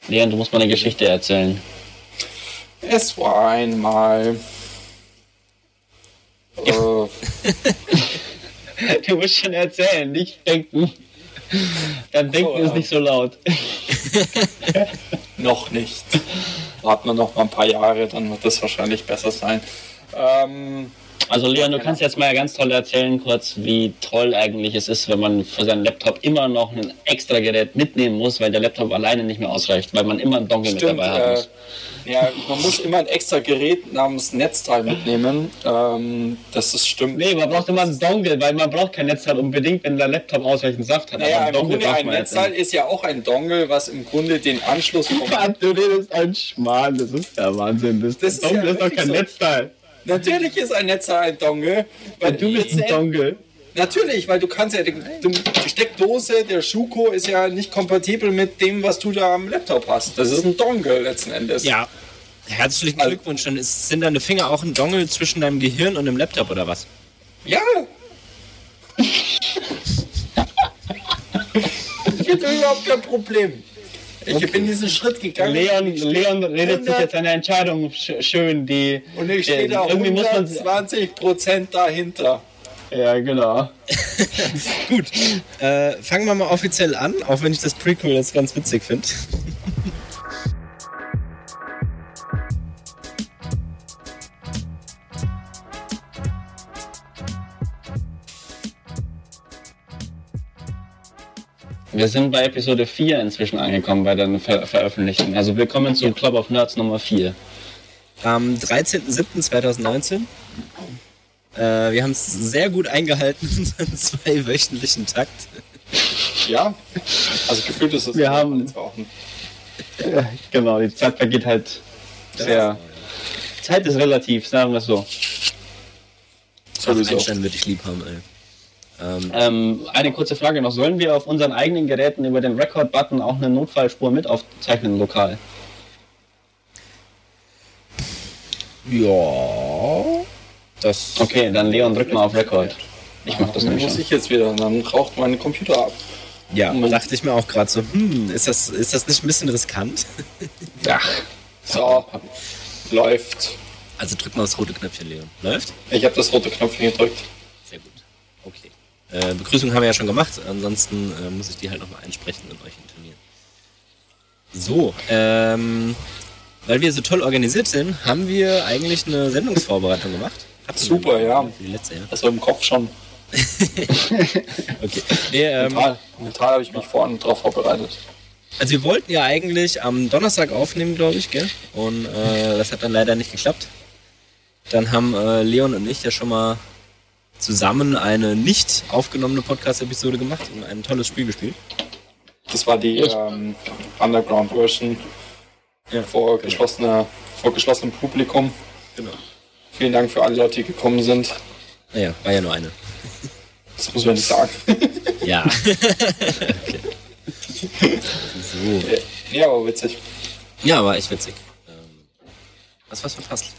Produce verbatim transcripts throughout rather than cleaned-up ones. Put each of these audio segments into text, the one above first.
Leon, du musst mal eine Geschichte erzählen. Es war einmal... äh, Du musst schon erzählen, nicht denken. Dein Denken So, ist ja. nicht so laut. noch nicht. Warten wir noch mal ein paar Jahre, dann wird das wahrscheinlich besser sein. Ähm, Also Leon, du kannst jetzt mal ganz toll erzählen kurz, wie toll eigentlich es ist, wenn man für seinen Laptop immer noch ein extra Gerät mitnehmen muss, weil der Laptop alleine nicht mehr ausreicht, weil man immer einen Dongle mit stimmt, dabei haben äh, muss. ja, man muss immer ein extra Gerät namens Netzteil mitnehmen. Ähm, das ist stimmt. Nee, man braucht immer einen Dongle, weil man braucht kein Netzteil unbedingt, wenn der Laptop ausreichend Saft hat. Naja, Aber im einen Dongle Grunde braucht ein man jetzt Netzteil ist ja auch ein Dongle, was im Grunde den Anschluss vom... Mann, du redest ein Schmarrn, das ist der Wahnsinn. Das, Das ist Dongle ja ist doch wirklich kein so. Netzteil. Natürlich ist ein Netzteil ein Dongle. Weil Du bist ein Dongle. Natürlich, weil du kannst ja, die, die Steckdose der Schuko ist ja nicht kompatibel mit dem, was du da am Laptop hast. Das ist ein Dongle letzten Endes. Ja. Herzlichen Glückwunsch. Dann ist, sind deine Finger auch ein Dongle zwischen deinem Gehirn und dem Laptop oder was? Ja. Ich hätte überhaupt kein Problem. Ich Okay. bin diesen Schritt gegangen. Leon, Leon redet sich hundert jetzt eine Entscheidung sch- schön, die... Und ich stehe da irgendwie muss man... hundertzwanzig Prozent dahinter. Ja, genau. Gut. Äh, fangen wir mal offiziell an, auch wenn ich das Prequel jetzt ganz witzig finde. Wir sind bei Episode vier inzwischen angekommen bei der Ver Veröffentlichung. Also willkommen zum Club of Nerds Nummer vier. Am dreizehnten siebten zweitausendneunzehn. Äh, wir haben es sehr gut eingehalten, unseren zweiwöchentlichen Takt. Ja, also gefühlt ist es Wir haben- alle zwei Wochen. Ja, genau, die Zeit vergeht halt sehr... Zeit ist relativ, sagen wir es so. Sowieso. Einstein würde ich lieb haben, ey. Ähm, Ähm, eine kurze Frage noch. Sollen wir auf unseren eigenen Geräten über den Record-Button auch eine Notfallspur mit aufzeichnen lokal? ja. Das. Okay, dann Leon, drück mal auf Record. Ich mach das Dann nämlich muss schon. ich jetzt wieder, dann raucht mein Computer ab. Ja, Moment. dachte ich mir auch gerade so, hm, ist das, ist das nicht ein bisschen riskant? Ach, So, läuft. Also drück mal das rote Knöpfchen, Leon. Läuft? Ich habe das rote Knöpfchen gedrückt. Sehr gut. Okay. Äh, Begrüßung haben wir ja schon gemacht, ansonsten äh, muss ich die halt nochmal einsprechen und euch intonieren. So, ähm, weil wir so toll organisiert sind, haben wir eigentlich eine Sendungsvorbereitung gemacht. Habt ihr Super, eine- ja. Für die letzte, ja. Also im Kopf schon. Okay. Nee, ähm, Mental, mental habe ich mich vorhin drauf vorbereitet. also wir wollten ja eigentlich am Donnerstag aufnehmen, glaube ich, gell? Und äh, das hat dann leider nicht geklappt. Dann haben äh, Leon und ich ja schon mal zusammen eine nicht aufgenommene Podcast-Episode gemacht und ein tolles Spiel gespielt. Das war die ähm, Underground-Version Ja, vor, genau. geschlossener, vor geschlossenem Publikum. Genau. Vielen Dank für alle Leute, die gekommen sind. Naja, war ja nur eine. Das muss man nicht sagen. Ja. Okay. So. Ja, aber witzig. Ja, war echt witzig. Ähm, was was verpasst?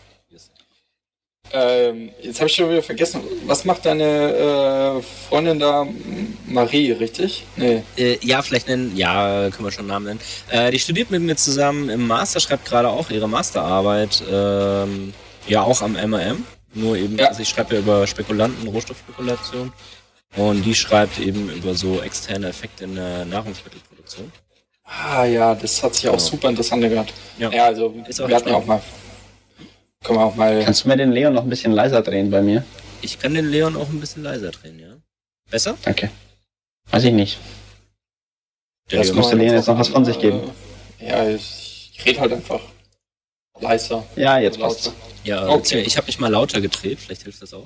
Ähm, jetzt habe ich schon wieder vergessen. Was macht deine äh, Freundin da? Marie, richtig? Nee. Äh, ja, vielleicht nennen, ja, können wir schon Namen nennen. Äh, die studiert mit mir zusammen im Master, schreibt gerade auch ihre Masterarbeit, ähm, ja auch am M A M. Nur eben, Ja. also ich schreibe ja über Spekulanten, Rohstoffspekulation. Und die schreibt eben über so externe Effekte in der Nahrungsmittelproduktion. Ah ja, das hat sich auch Genau. super interessant angehört. Ja. Ja, also Ist auch wir hatten ja auch spannend. mal. Können wir auch mal. kannst du mir den Leon noch ein bisschen leiser drehen bei mir? Ich kann den Leon auch ein bisschen leiser drehen, ja? Besser? Danke. Weiß ich nicht. Der Das Leon kann musste man Leon jetzt jetzt noch auch was von sich mal, geben. äh, Ja, ich, ich rede halt einfach leiser. Ja, jetzt lauter. passt. Ja, Okay. okay. Ich habe mich mal lauter gedreht, vielleicht hilft das auch.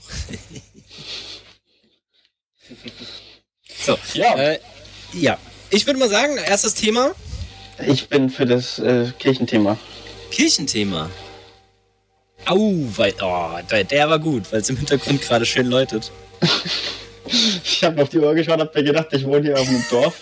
so, Ja, äh, ja. Ich würde mal sagen, erstes Thema, Ich bin für das äh, Kirchenthema. Kirchenthema. Au, weil, oh, der, der war gut, weil es im Hintergrund gerade schön läutet. Ich habe auf die Uhr geschaut, hab mir gedacht, ich wohne hier auf einem Dorf.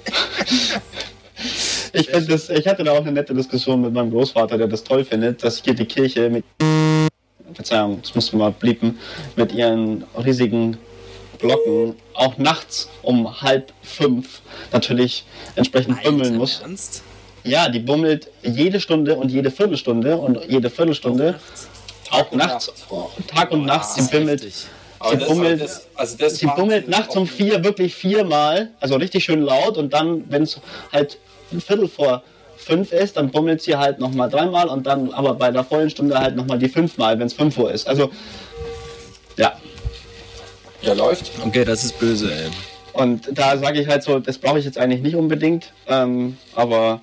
Ich, find das, ich hatte da auch eine nette Diskussion mit meinem Großvater, der das toll findet, dass hier die Kirche mit... Verzeihung, das musst du mal bliepen. Mit ihren riesigen Glocken auch nachts um halb fünf natürlich entsprechend bimmeln muss. Ernst? Ja, die bummelt jede Stunde und jede Viertelstunde und jede Viertelstunde, auch nachts, Tag und Nacht, sie bimmelt. Sie bummelt, das, also das sie bummelt nachts um vier wirklich viermal, also richtig schön laut, und dann, wenn es halt ein Viertel vor fünf ist, dann bummelt sie halt nochmal dreimal und dann aber bei der vollen Stunde halt nochmal die fünfmal, wenn es fünf Uhr ist. Also, ja. Ja, läuft. Okay, das ist böse, ey. Und da sage ich halt so, das brauche ich jetzt eigentlich nicht unbedingt, ähm, aber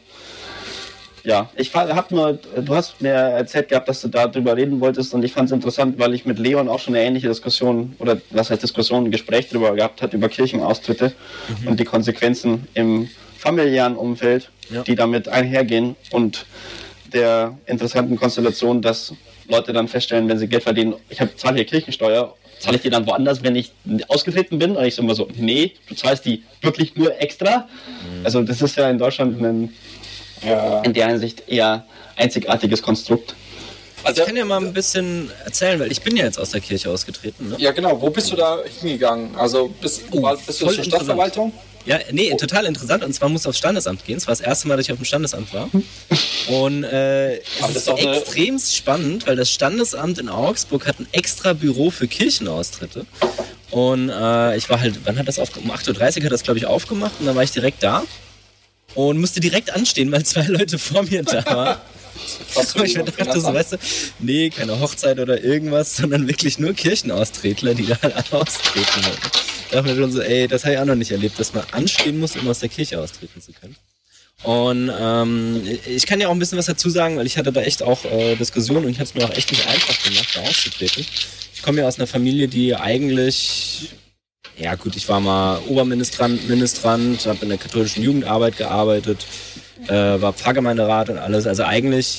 ja, ich hab nur, du hast mir erzählt gehabt, dass du darüber reden wolltest, und ich fand es interessant, weil ich mit Leon auch schon eine ähnliche Diskussion, oder was heißt Diskussion, ein Gespräch darüber gehabt hat, über Kirchenaustritte mhm. und die Konsequenzen im familiären Umfeld, ja. die damit einhergehen, und der interessanten Konstellation, dass Leute dann feststellen, wenn sie Geld verdienen, ich habe zahle hier Kirchensteuer, zahle ich die dann woanders, wenn ich ausgetreten bin? Und ich sage immer so, nee, du zahlst die wirklich nur extra. Mhm. Also das ist ja in Deutschland ein ja. in der Hinsicht eher einzigartiges Konstrukt. Also ich kann ja mal ein bisschen erzählen, weil ich bin ja jetzt aus der Kirche ausgetreten. Ne? Ja genau, wo bist du da hingegangen? Also bist, oh, bist du zur Stadtverwaltung? Ja, nee, oh. total interessant. Und zwar musst du aufs Standesamt gehen. Es war das erste Mal, dass ich auf dem Standesamt war. Und äh, es ist, ist extrem spannend, weil das Standesamt in Augsburg hat ein extra Büro für Kirchenaustritte. Und äh, ich war halt, wann hat das aufgemacht? Um acht Uhr dreißig hat das, glaube ich, aufgemacht, und dann war ich direkt da. Und musste direkt anstehen, weil zwei Leute vor mir da waren. Was ich mir dachte, so, weißt du, nee, keine Hochzeit oder irgendwas, sondern wirklich nur Kirchenaustretler, die da halt austreten wollten. Da dachte ich mir schon so, ey, das habe ich auch noch nicht erlebt, dass man anstehen muss, um aus der Kirche austreten zu können. Und ähm, ich kann ja auch ein bisschen was dazu sagen, weil ich hatte da echt auch äh, Diskussionen, und ich habe es mir auch echt nicht einfach gemacht, da auszutreten. Ich komme ja aus einer Familie, die eigentlich... Ja gut, ich war mal Oberministrant, Ministrant, habe in der katholischen Jugendarbeit gearbeitet, äh, war Pfarrgemeinderat und alles. Also eigentlich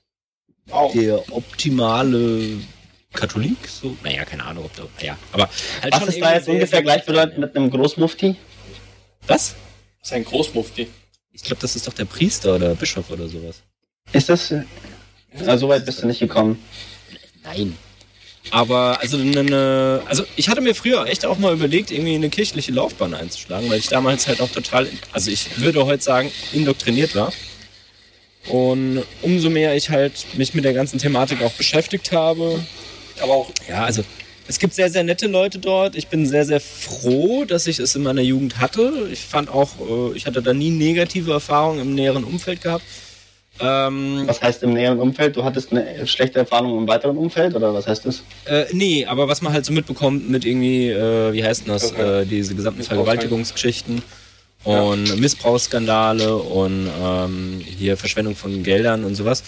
wow. der optimale Katholik. So, naja, keine Ahnung, ob da... Ja, aber halt was schon ist da jetzt ungefähr gleichbedeutend mit einem Großmufti? Was? Was ist ein Großmufti? Ich glaube, das ist doch der Priester oder Bischof oder sowas. Ist das... Na, so weit bist du nicht gekommen. Nein. Aber also eine, also ich hatte mir früher echt auch mal überlegt, irgendwie eine kirchliche Laufbahn einzuschlagen, weil ich damals halt auch total, also ich würde heute sagen, indoktriniert war. Und umso mehr ich halt mich mit der ganzen Thematik auch beschäftigt habe. Aber auch, ja, also es gibt sehr, sehr nette Leute dort. Ich bin sehr, sehr froh, dass ich es in meiner Jugend hatte. Ich fand auch, ich hatte da nie negative Erfahrungen im näheren Umfeld gehabt. Ähm, was heißt im näheren Umfeld? Du hattest eine schlechte Erfahrung im weiteren Umfeld, oder was heißt das? Äh, nee, aber was man halt so mitbekommt mit irgendwie, äh, wie heißt denn das, okay. äh, diese gesamten Vergewaltigungsgeschichten und ja. Missbrauchsskandale und ähm, hier Verschwendung von Geldern und sowas.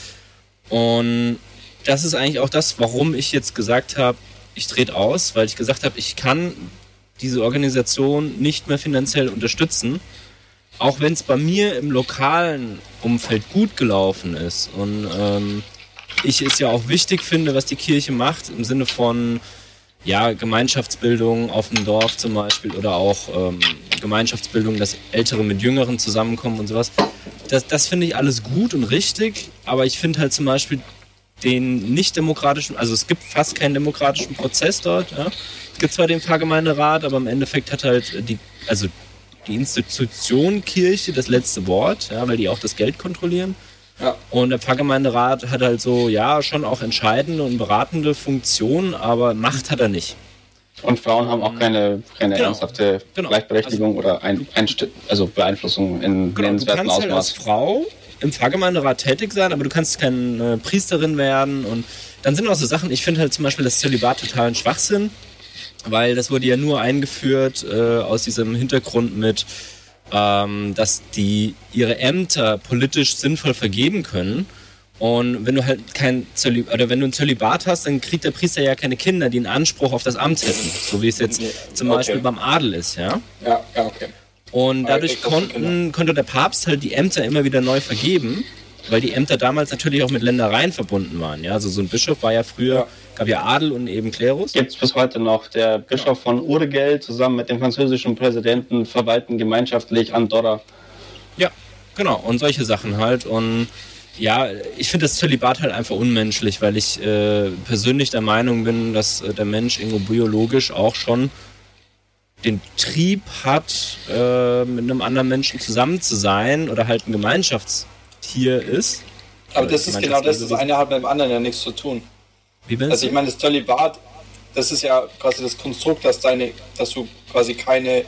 Und das ist eigentlich auch das, warum ich jetzt gesagt habe, ich trete aus, weil ich gesagt habe, ich kann diese Organisation nicht mehr finanziell unterstützen. Auch wenn es bei mir im lokalen Umfeld gut gelaufen ist und ähm, ich es ja auch wichtig finde, was die Kirche macht, im Sinne von ja, Gemeinschaftsbildung auf dem Dorf zum Beispiel oder auch ähm, Gemeinschaftsbildung, dass Ältere mit Jüngeren zusammenkommen und sowas. Das, das finde ich alles gut und richtig, aber ich finde halt zum Beispiel den nicht demokratischen, also es gibt fast keinen demokratischen Prozess dort. Ja. Es gibt zwar den Pfarrgemeinderat, aber im Endeffekt hat halt die, also die Institution Kirche das letzte Wort, ja, weil die auch das Geld kontrollieren. Ja. Und der Pfarrgemeinderat hat halt so, ja, schon auch entscheidende und beratende Funktionen, aber Macht hat er nicht. Und Frauen haben auch keine, keine genau. ernsthafte genau. Gleichberechtigung also, oder ein, ein, also Beeinflussung in genau, nennenswertem Ausmaß. Du kannst halt als Frau im Pfarrgemeinderat tätig sein, aber du kannst keine Priesterin werden. Und dann sind auch so Sachen, ich finde halt zum Beispiel das Zölibat totalen Schwachsinn. Weil das wurde ja nur eingeführt äh, aus diesem Hintergrund mit, ähm, dass die ihre Ämter politisch sinnvoll vergeben können. Und wenn du halt kein Zölibat, oder wenn du ein Zölibat hast, dann kriegt der Priester ja keine Kinder, die einen Anspruch auf das Amt hätten. So wie es jetzt zum okay. Beispiel beim Adel ist, ja? Ja, ja, okay. Und dadurch konnten, konnte der Papst halt die Ämter immer wieder neu vergeben, weil die Ämter damals natürlich auch mit Ländereien verbunden waren. Ja? Also so ein Bischof war ja früher, ja. gab ja Adel und eben Klerus. Gibt es bis heute noch. Der Bischof von Urgell zusammen mit dem französischen Präsidenten verwalten gemeinschaftlich Andorra. Ja, genau. Und solche Sachen halt. Und ja, ich finde das Zölibat halt einfach unmenschlich, weil ich äh, persönlich der Meinung bin, dass äh, der Mensch irgendwo biologisch auch schon den Trieb hat, äh, mit einem anderen Menschen zusammen zu sein oder halt ein Gemeinschaftstier hier ist. Aber das ist genau das, das eine hat mit dem anderen ja nichts zu tun. Wie also ich meine, das Zölibat, das ist ja quasi das Konstrukt, dass deine, dass du quasi keine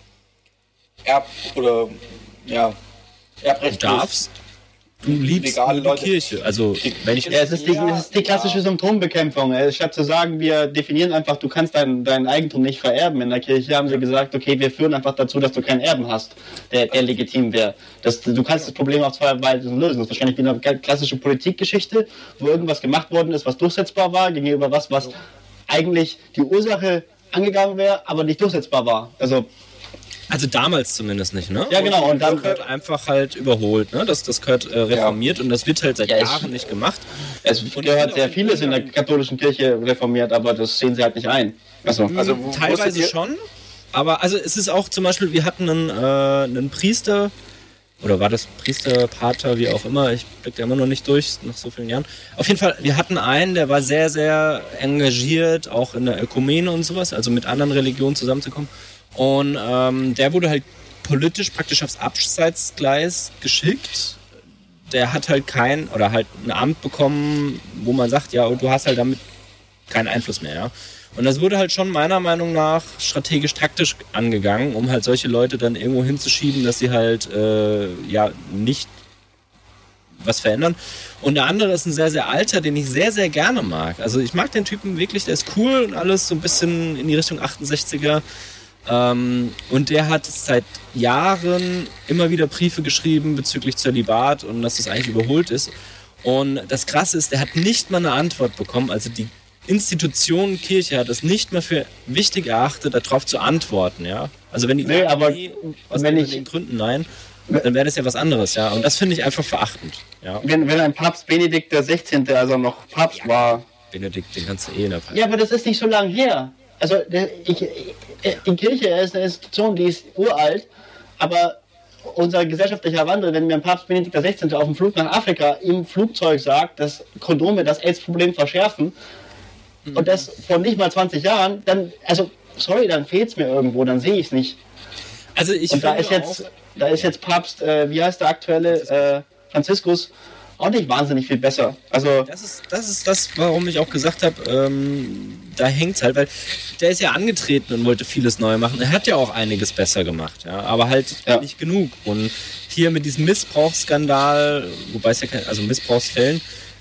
Erb- oder ja, Erbrecht darfst. Du liebst die Leute. Kirche. Also, wenn ich ja, es ist die, es ist die klassische Symptombekämpfung. Statt zu sagen, wir definieren einfach, du kannst dein, dein Eigentum nicht vererben in der Kirche, haben sie gesagt, okay, wir führen einfach dazu, dass du keinen Erben hast, der, der legitim wäre. Das, du kannst das Problem auf zwei Weisen lösen. Das ist wahrscheinlich wie eine klassische Politikgeschichte, wo irgendwas gemacht worden ist, was durchsetzbar war, gegenüber was, was eigentlich die Ursache angegangen wäre, aber nicht durchsetzbar war. Also Also damals zumindest nicht, ne? Ja, genau. Und dann das gehört einfach halt überholt, ne? Das, das gehört äh, reformiert ja. Und das wird halt seit ja, Jahren nicht gemacht. Es und gehört sehr vieles in der katholischen Kirche reformiert, aber das sehen sie halt nicht ein. Also, also wo, teilweise wo schon, aber also es ist auch zum Beispiel, wir hatten einen, äh, einen Priester, oder war das Priester, Pater, wie auch immer, ich blick da immer noch nicht durch, nach so vielen Jahren. Auf jeden Fall, wir hatten einen, der war sehr, sehr engagiert, auch in der Ökumene und sowas, also mit anderen Religionen zusammenzukommen. Und ähm, der wurde halt politisch praktisch aufs Abseitsgleis geschickt. Der hat halt kein, oder halt ein Amt bekommen, wo man sagt, ja, du hast halt damit keinen Einfluss mehr, ja. Und das wurde halt schon meiner Meinung nach strategisch-taktisch angegangen, um halt solche Leute dann irgendwo hinzuschieben, dass sie halt, äh, ja, nicht was verändern. Und der andere ist ein sehr, sehr alter, den ich sehr, sehr gerne mag. Also ich mag den Typen wirklich, der ist cool und alles so ein bisschen in die Richtung achtundsechziger. Ähm, und der hat seit Jahren immer wieder Briefe geschrieben bezüglich Zölibat und dass das eigentlich überholt ist. Und das Krasse ist, der hat nicht mal eine Antwort bekommen. Also die Institution Kirche hat es nicht mehr für wichtig erachtet, darauf zu antworten. Ja? Also wenn die nee, aber nee, aus wenn den, ich, den Gründen nein, dann wäre das ja was anderes. Ja? Und das finde ich einfach verachtend. Ja? Wenn, wenn ein Papst Benedikt der Sechzehnte, also noch Papst ja, war... Benedikt, den kannst du eh in der Fall. Ja, aber das ist nicht so lange her. Also ich, die Kirche ist eine Institution, die ist uralt, aber unser gesellschaftlicher Wandel, wenn mir ein Papst Benedikt der Sechzehnte auf dem Flug nach Afrika im Flugzeug sagt, dass Kondome das AIDS-Problem verschärfen, mhm. und das vor nicht mal zwanzig Jahren, dann, also sorry, dann fehlt es mir irgendwo, dann sehe ich es nicht. Also ich und da ist jetzt, da ist jetzt Papst, äh, wie heißt der aktuelle, äh, Franziskus, auch nicht wahnsinnig viel besser. Also das ist das, ist das warum ich auch gesagt habe, ähm, da hängt es halt, weil der ist ja angetreten und wollte vieles neu machen. Er hat ja auch einiges besser gemacht, ja, aber halt ja. nicht genug. Und hier mit diesem Missbrauchsskandal, wobei es ja kein, also Missbrauchsfällen,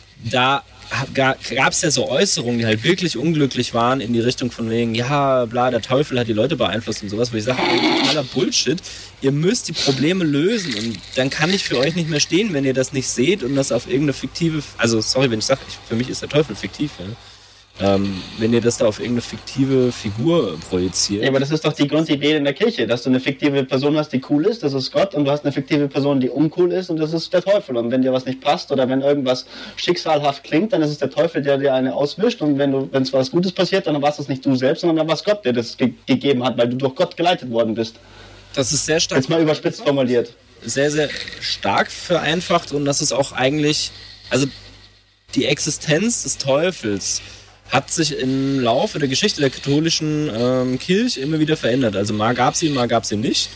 da gab es ja so Äußerungen, die halt wirklich unglücklich waren in die Richtung von wegen, ja, bla, der Teufel hat die Leute beeinflusst und sowas, wo ich sage, totaler Bullshit. Ihr müsst die Probleme lösen und dann kann ich für euch nicht mehr stehen, wenn ihr das nicht seht und das auf irgendeine fiktive, also sorry, wenn ich sage, für mich ist der Teufel fiktiv, ja. Ähm, wenn ihr das da auf irgendeine fiktive Figur projiziert. Ja, aber das ist doch die Grundidee in der Kirche, dass du eine fiktive Person hast, die cool ist, das ist Gott, und du hast eine fiktive Person, die uncool ist, und das ist der Teufel. Und wenn dir was nicht passt oder wenn irgendwas schicksalhaft klingt, dann ist es der Teufel, der dir eine auswischt, und wenn du, wenn es was Gutes passiert, dann war es das nicht du selbst, sondern dann war es Gott, der das ge- gegeben hat, weil du durch Gott geleitet worden bist. Das ist sehr stark. Jetzt mal überspitzt formuliert. Sehr, sehr stark vereinfacht, und das ist auch eigentlich, also die Existenz des Teufels hat sich im Laufe der Geschichte der katholischen ähm, Kirche immer wieder verändert. Also mal gab es ihn, mal gab es ihn nicht.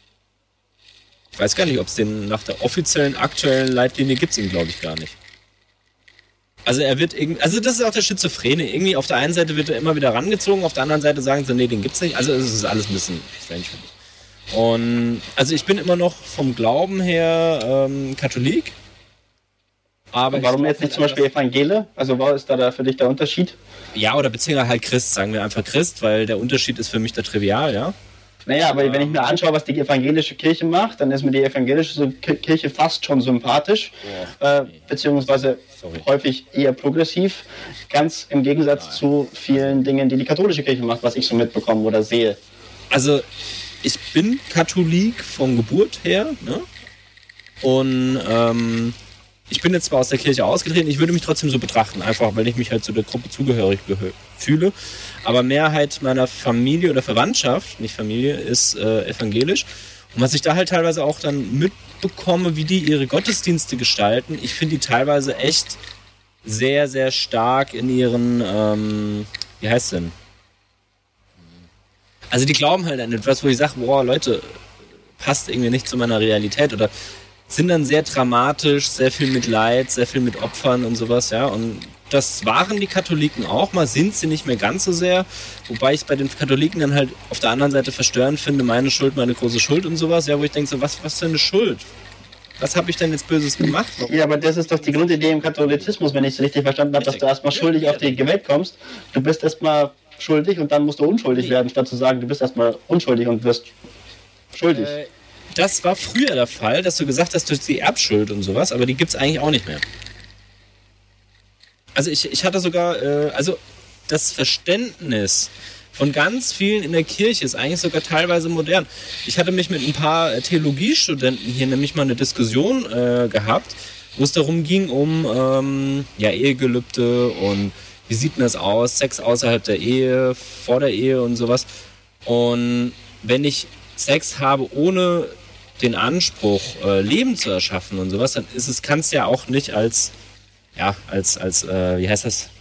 Ich weiß gar nicht, ob es den nach der offiziellen, aktuellen Leitlinie gibt es ihn, glaube ich, gar nicht. Also er wird irgendwie, also das ist auch der Schizophrene. Irgendwie auf der einen Seite wird er immer wieder rangezogen, auf der anderen Seite sagen sie, nee, den gibt's nicht. Also es ist alles ein bisschen strange für mich. Und also ich bin immer noch vom Glauben her ähm, Katholik. Aber warum jetzt nicht zum Beispiel Evangele? Also was ist da, da für dich der Unterschied? Ja, oder beziehungsweise halt Christ, sagen wir einfach Christ, weil der Unterschied ist für mich da trivial, ja. Naja, aber ähm, wenn ich mir anschaue, was die evangelische Kirche macht, dann ist mir die evangelische Kirche fast schon sympathisch, oh, äh, beziehungsweise sorry. häufig eher progressiv, ganz im Gegensatz Nein. zu vielen Dingen, die die katholische Kirche macht, was ich so mitbekomme oder sehe. Also ich bin Katholik von Geburt her, ne? Und ähm, ich bin jetzt zwar aus der Kirche ausgetreten, ich würde mich trotzdem so betrachten, einfach weil ich mich halt zu der Gruppe zugehörig gehö- fühle. Aber Mehrheit meiner Familie oder Verwandtschaft, nicht Familie, ist äh, evangelisch. Und was ich da halt teilweise auch dann mitbekomme, wie die ihre Gottesdienste gestalten, ich finde die teilweise echt sehr, sehr stark in ihren, ähm, wie heißt denn? Also die glauben halt an etwas, wo ich sage, boah, Leute, passt irgendwie nicht zu meiner Realität oder sind dann sehr dramatisch, sehr viel mit Leid, sehr viel mit Opfern und sowas, ja. Und das waren die Katholiken auch mal, sind sie nicht mehr ganz so sehr. Wobei ich bei den Katholiken dann halt auf der anderen Seite verstörend finde, meine Schuld, meine große Schuld und sowas, ja, wo ich denke so, was, was für eine Schuld? Was habe ich denn jetzt Böses gemacht? Ja, aber das ist doch die Grundidee im Katholizismus, wenn ich es richtig verstanden habe, dass du erstmal schuldig auf die Welt kommst. Du bist erstmal schuldig und dann musst du unschuldig werden, statt zu sagen, du bist erstmal unschuldig und wirst schuldig. Äh, das war früher der Fall, dass du gesagt hast, durch die Erbschuld und sowas, aber die gibt es eigentlich auch nicht mehr. Also ich, ich hatte sogar, äh, also das Verständnis von ganz vielen in der Kirche ist eigentlich sogar teilweise modern. Ich hatte mich mit ein paar Theologiestudenten hier nämlich mal eine Diskussion äh, gehabt, wo es darum ging, um ähm, ja, Ehegelübde und wie sieht denn das aus, Sex außerhalb der Ehe, vor der Ehe und sowas. Und wenn ich Sex habe, ohne den Anspruch, äh, Leben zu erschaffen und sowas, dann ist es, kann es ja auch nicht als, ja, als, als, äh, wie heißt das?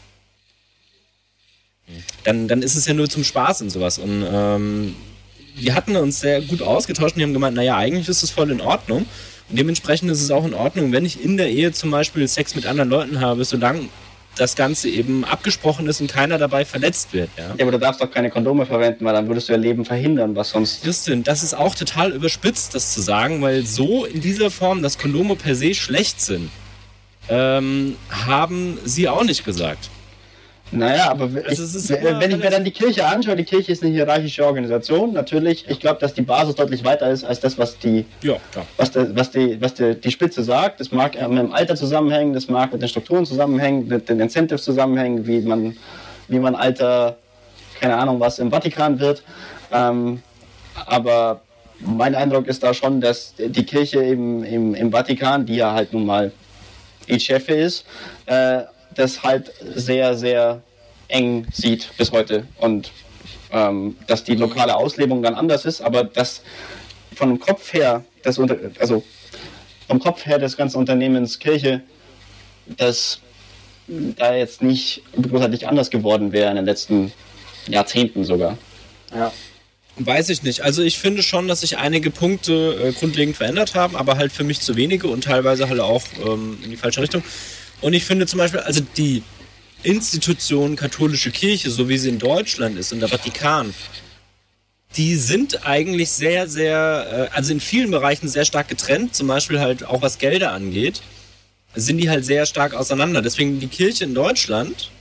Dann, dann ist es ja nur zum Spaß und sowas. Und ähm, wir hatten uns sehr gut ausgetauscht und die haben gemeint, naja, eigentlich ist es voll in Ordnung. Und dementsprechend ist es auch in Ordnung, wenn ich in der Ehe zum Beispiel Sex mit anderen Leuten habe, solange das Ganze eben abgesprochen ist und keiner dabei verletzt wird. Ja, ja, aber du darfst doch keine Kondome verwenden, weil dann würdest du ja Leben verhindern, was sonst... Justin, das ist auch total überspitzt, das zu sagen, weil so in dieser Form, dass Kondome per se schlecht sind, ähm, haben sie auch nicht gesagt. Naja, aber ich, also wenn ich mir dann die Kirche anschaue, die Kirche ist eine hierarchische Organisation. Natürlich, ich glaube, dass die Basis deutlich weiter ist als das, was die, ja, klar. was, der, was, die, was die, die Spitze sagt. Das mag mit dem Alter zusammenhängen, das mag mit den Strukturen zusammenhängen, mit den Incentives zusammenhängen, wie man, wie man Alter, keine Ahnung, was im Vatikan wird. Ähm, aber mein Eindruck ist da schon, dass die Kirche im, im, im Vatikan, die ja halt nun mal die Chefe ist, äh, das halt sehr, sehr eng sieht bis heute und ähm, dass die lokale Auslebung dann anders ist, aber dass von dem Kopf her, das unter, also vom Kopf her des ganzen Unternehmens Kirche, das da jetzt nicht großartig anders geworden wäre in den letzten Jahrzehnten sogar. Ja. Weiß ich nicht. Also ich finde schon, dass sich einige Punkte äh, grundlegend verändert haben, aber halt für mich zu wenige und teilweise halt auch ähm, in die falsche Richtung. Und ich finde zum Beispiel, also die Institution katholische Kirche, so wie sie in Deutschland ist und der Vatikan, die sind eigentlich sehr, sehr, äh, also in vielen Bereichen sehr stark getrennt, zum Beispiel halt auch was Gelder angeht, sind die halt sehr stark auseinander. Deswegen die Kirche in Deutschland,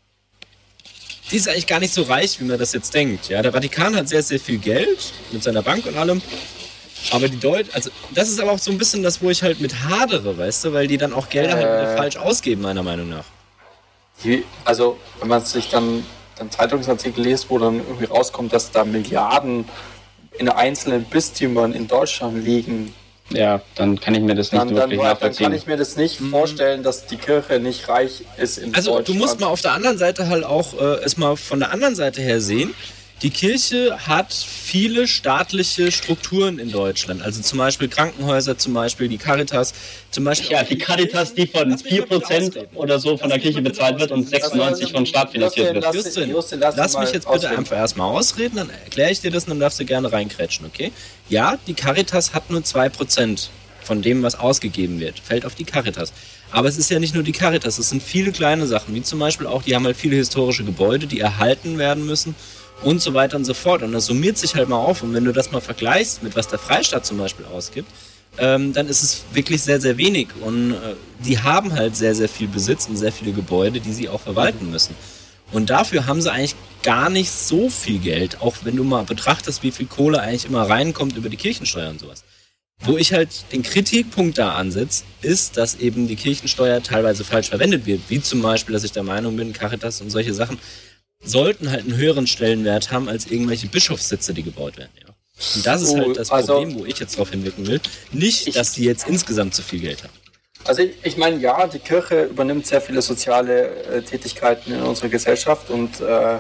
die ist eigentlich gar nicht so reich, wie man das jetzt denkt. Ja, der Vatikan hat sehr, sehr viel Geld mit seiner Bank und allem. Aber die Deut also das ist aber auch so ein bisschen das, wo ich halt mit hadere, weißt du, weil die dann auch Gelder äh, halt wieder falsch ausgeben, meiner Meinung nach. Die, also, wenn man sich dann einen Zeitungsartikel liest, wo dann irgendwie rauskommt, dass da Milliarden in einzelnen Bistümern in Deutschland liegen. Ja, dann kann ich mir das nicht dann, wirklich dann, nachvollziehen. Dann kann ich mir das nicht mhm. vorstellen, dass die Kirche nicht reich ist in also, Deutschland. Also du musst mal auf der anderen Seite halt auch äh, es mal von der anderen Seite her sehen. Die Kirche hat viele staatliche Strukturen in Deutschland. Also zum Beispiel Krankenhäuser, zum Beispiel die Caritas. Zum Beispiel ja, die Caritas, die von vier Prozent oder so von der Kirche bezahlt wird und sechsundneunzig vom Staat finanziert wird. Justin, Justin lass, lass mich jetzt bitte ausreden. einfach erstmal ausreden, dann erkläre ich dir das und dann darfst du gerne reinkrätschen, okay? Ja, die Caritas hat nur zwei Prozent von dem, was ausgegeben wird. Fällt auf die Caritas. Aber es ist ja nicht nur die Caritas, es sind viele kleine Sachen, wie zum Beispiel auch, die haben halt viele historische Gebäude, die erhalten werden müssen. Und so weiter und so fort. Und das summiert sich halt mal auf. Und wenn du das mal vergleichst mit was der Freistaat zum Beispiel ausgibt, ähm, dann ist es wirklich sehr, sehr wenig. Und äh, die haben halt sehr, sehr viel Besitz und sehr viele Gebäude, die sie auch verwalten müssen. Und dafür haben sie eigentlich gar nicht so viel Geld, auch wenn du mal betrachtest, wie viel Kohle eigentlich immer reinkommt über die Kirchensteuer und sowas. Wo ich halt den Kritikpunkt da ansetze, ist, dass eben die Kirchensteuer teilweise falsch verwendet wird. Wie zum Beispiel, dass ich der Meinung bin, Caritas und solche Sachen sollten halt einen höheren Stellenwert haben als irgendwelche Bischofssitze, die gebaut werden. Ja. Und das ist halt das also, Problem, wo ich jetzt drauf hinwirken will. Nicht, ich, dass die jetzt insgesamt zu viel Geld haben. Also ich, ich meine, ja, die Kirche übernimmt sehr viele soziale äh, Tätigkeiten in unserer Gesellschaft und äh,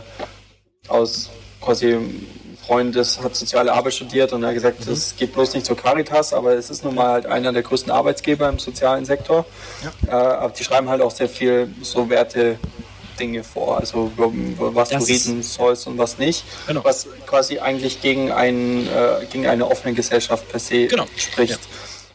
aus quasi Freundes hat soziale Arbeit studiert und er hat gesagt, mhm. das geht bloß nicht zur Caritas, aber es ist nun mal halt einer der größten Arbeitsgeber im sozialen Sektor. Ja. Äh, aber die schreiben halt auch sehr viel so Werte Dinge vor, also was das du reden sollst und was nicht, genau. Was quasi eigentlich gegen, ein, äh, gegen eine offene Gesellschaft per se genau. spricht.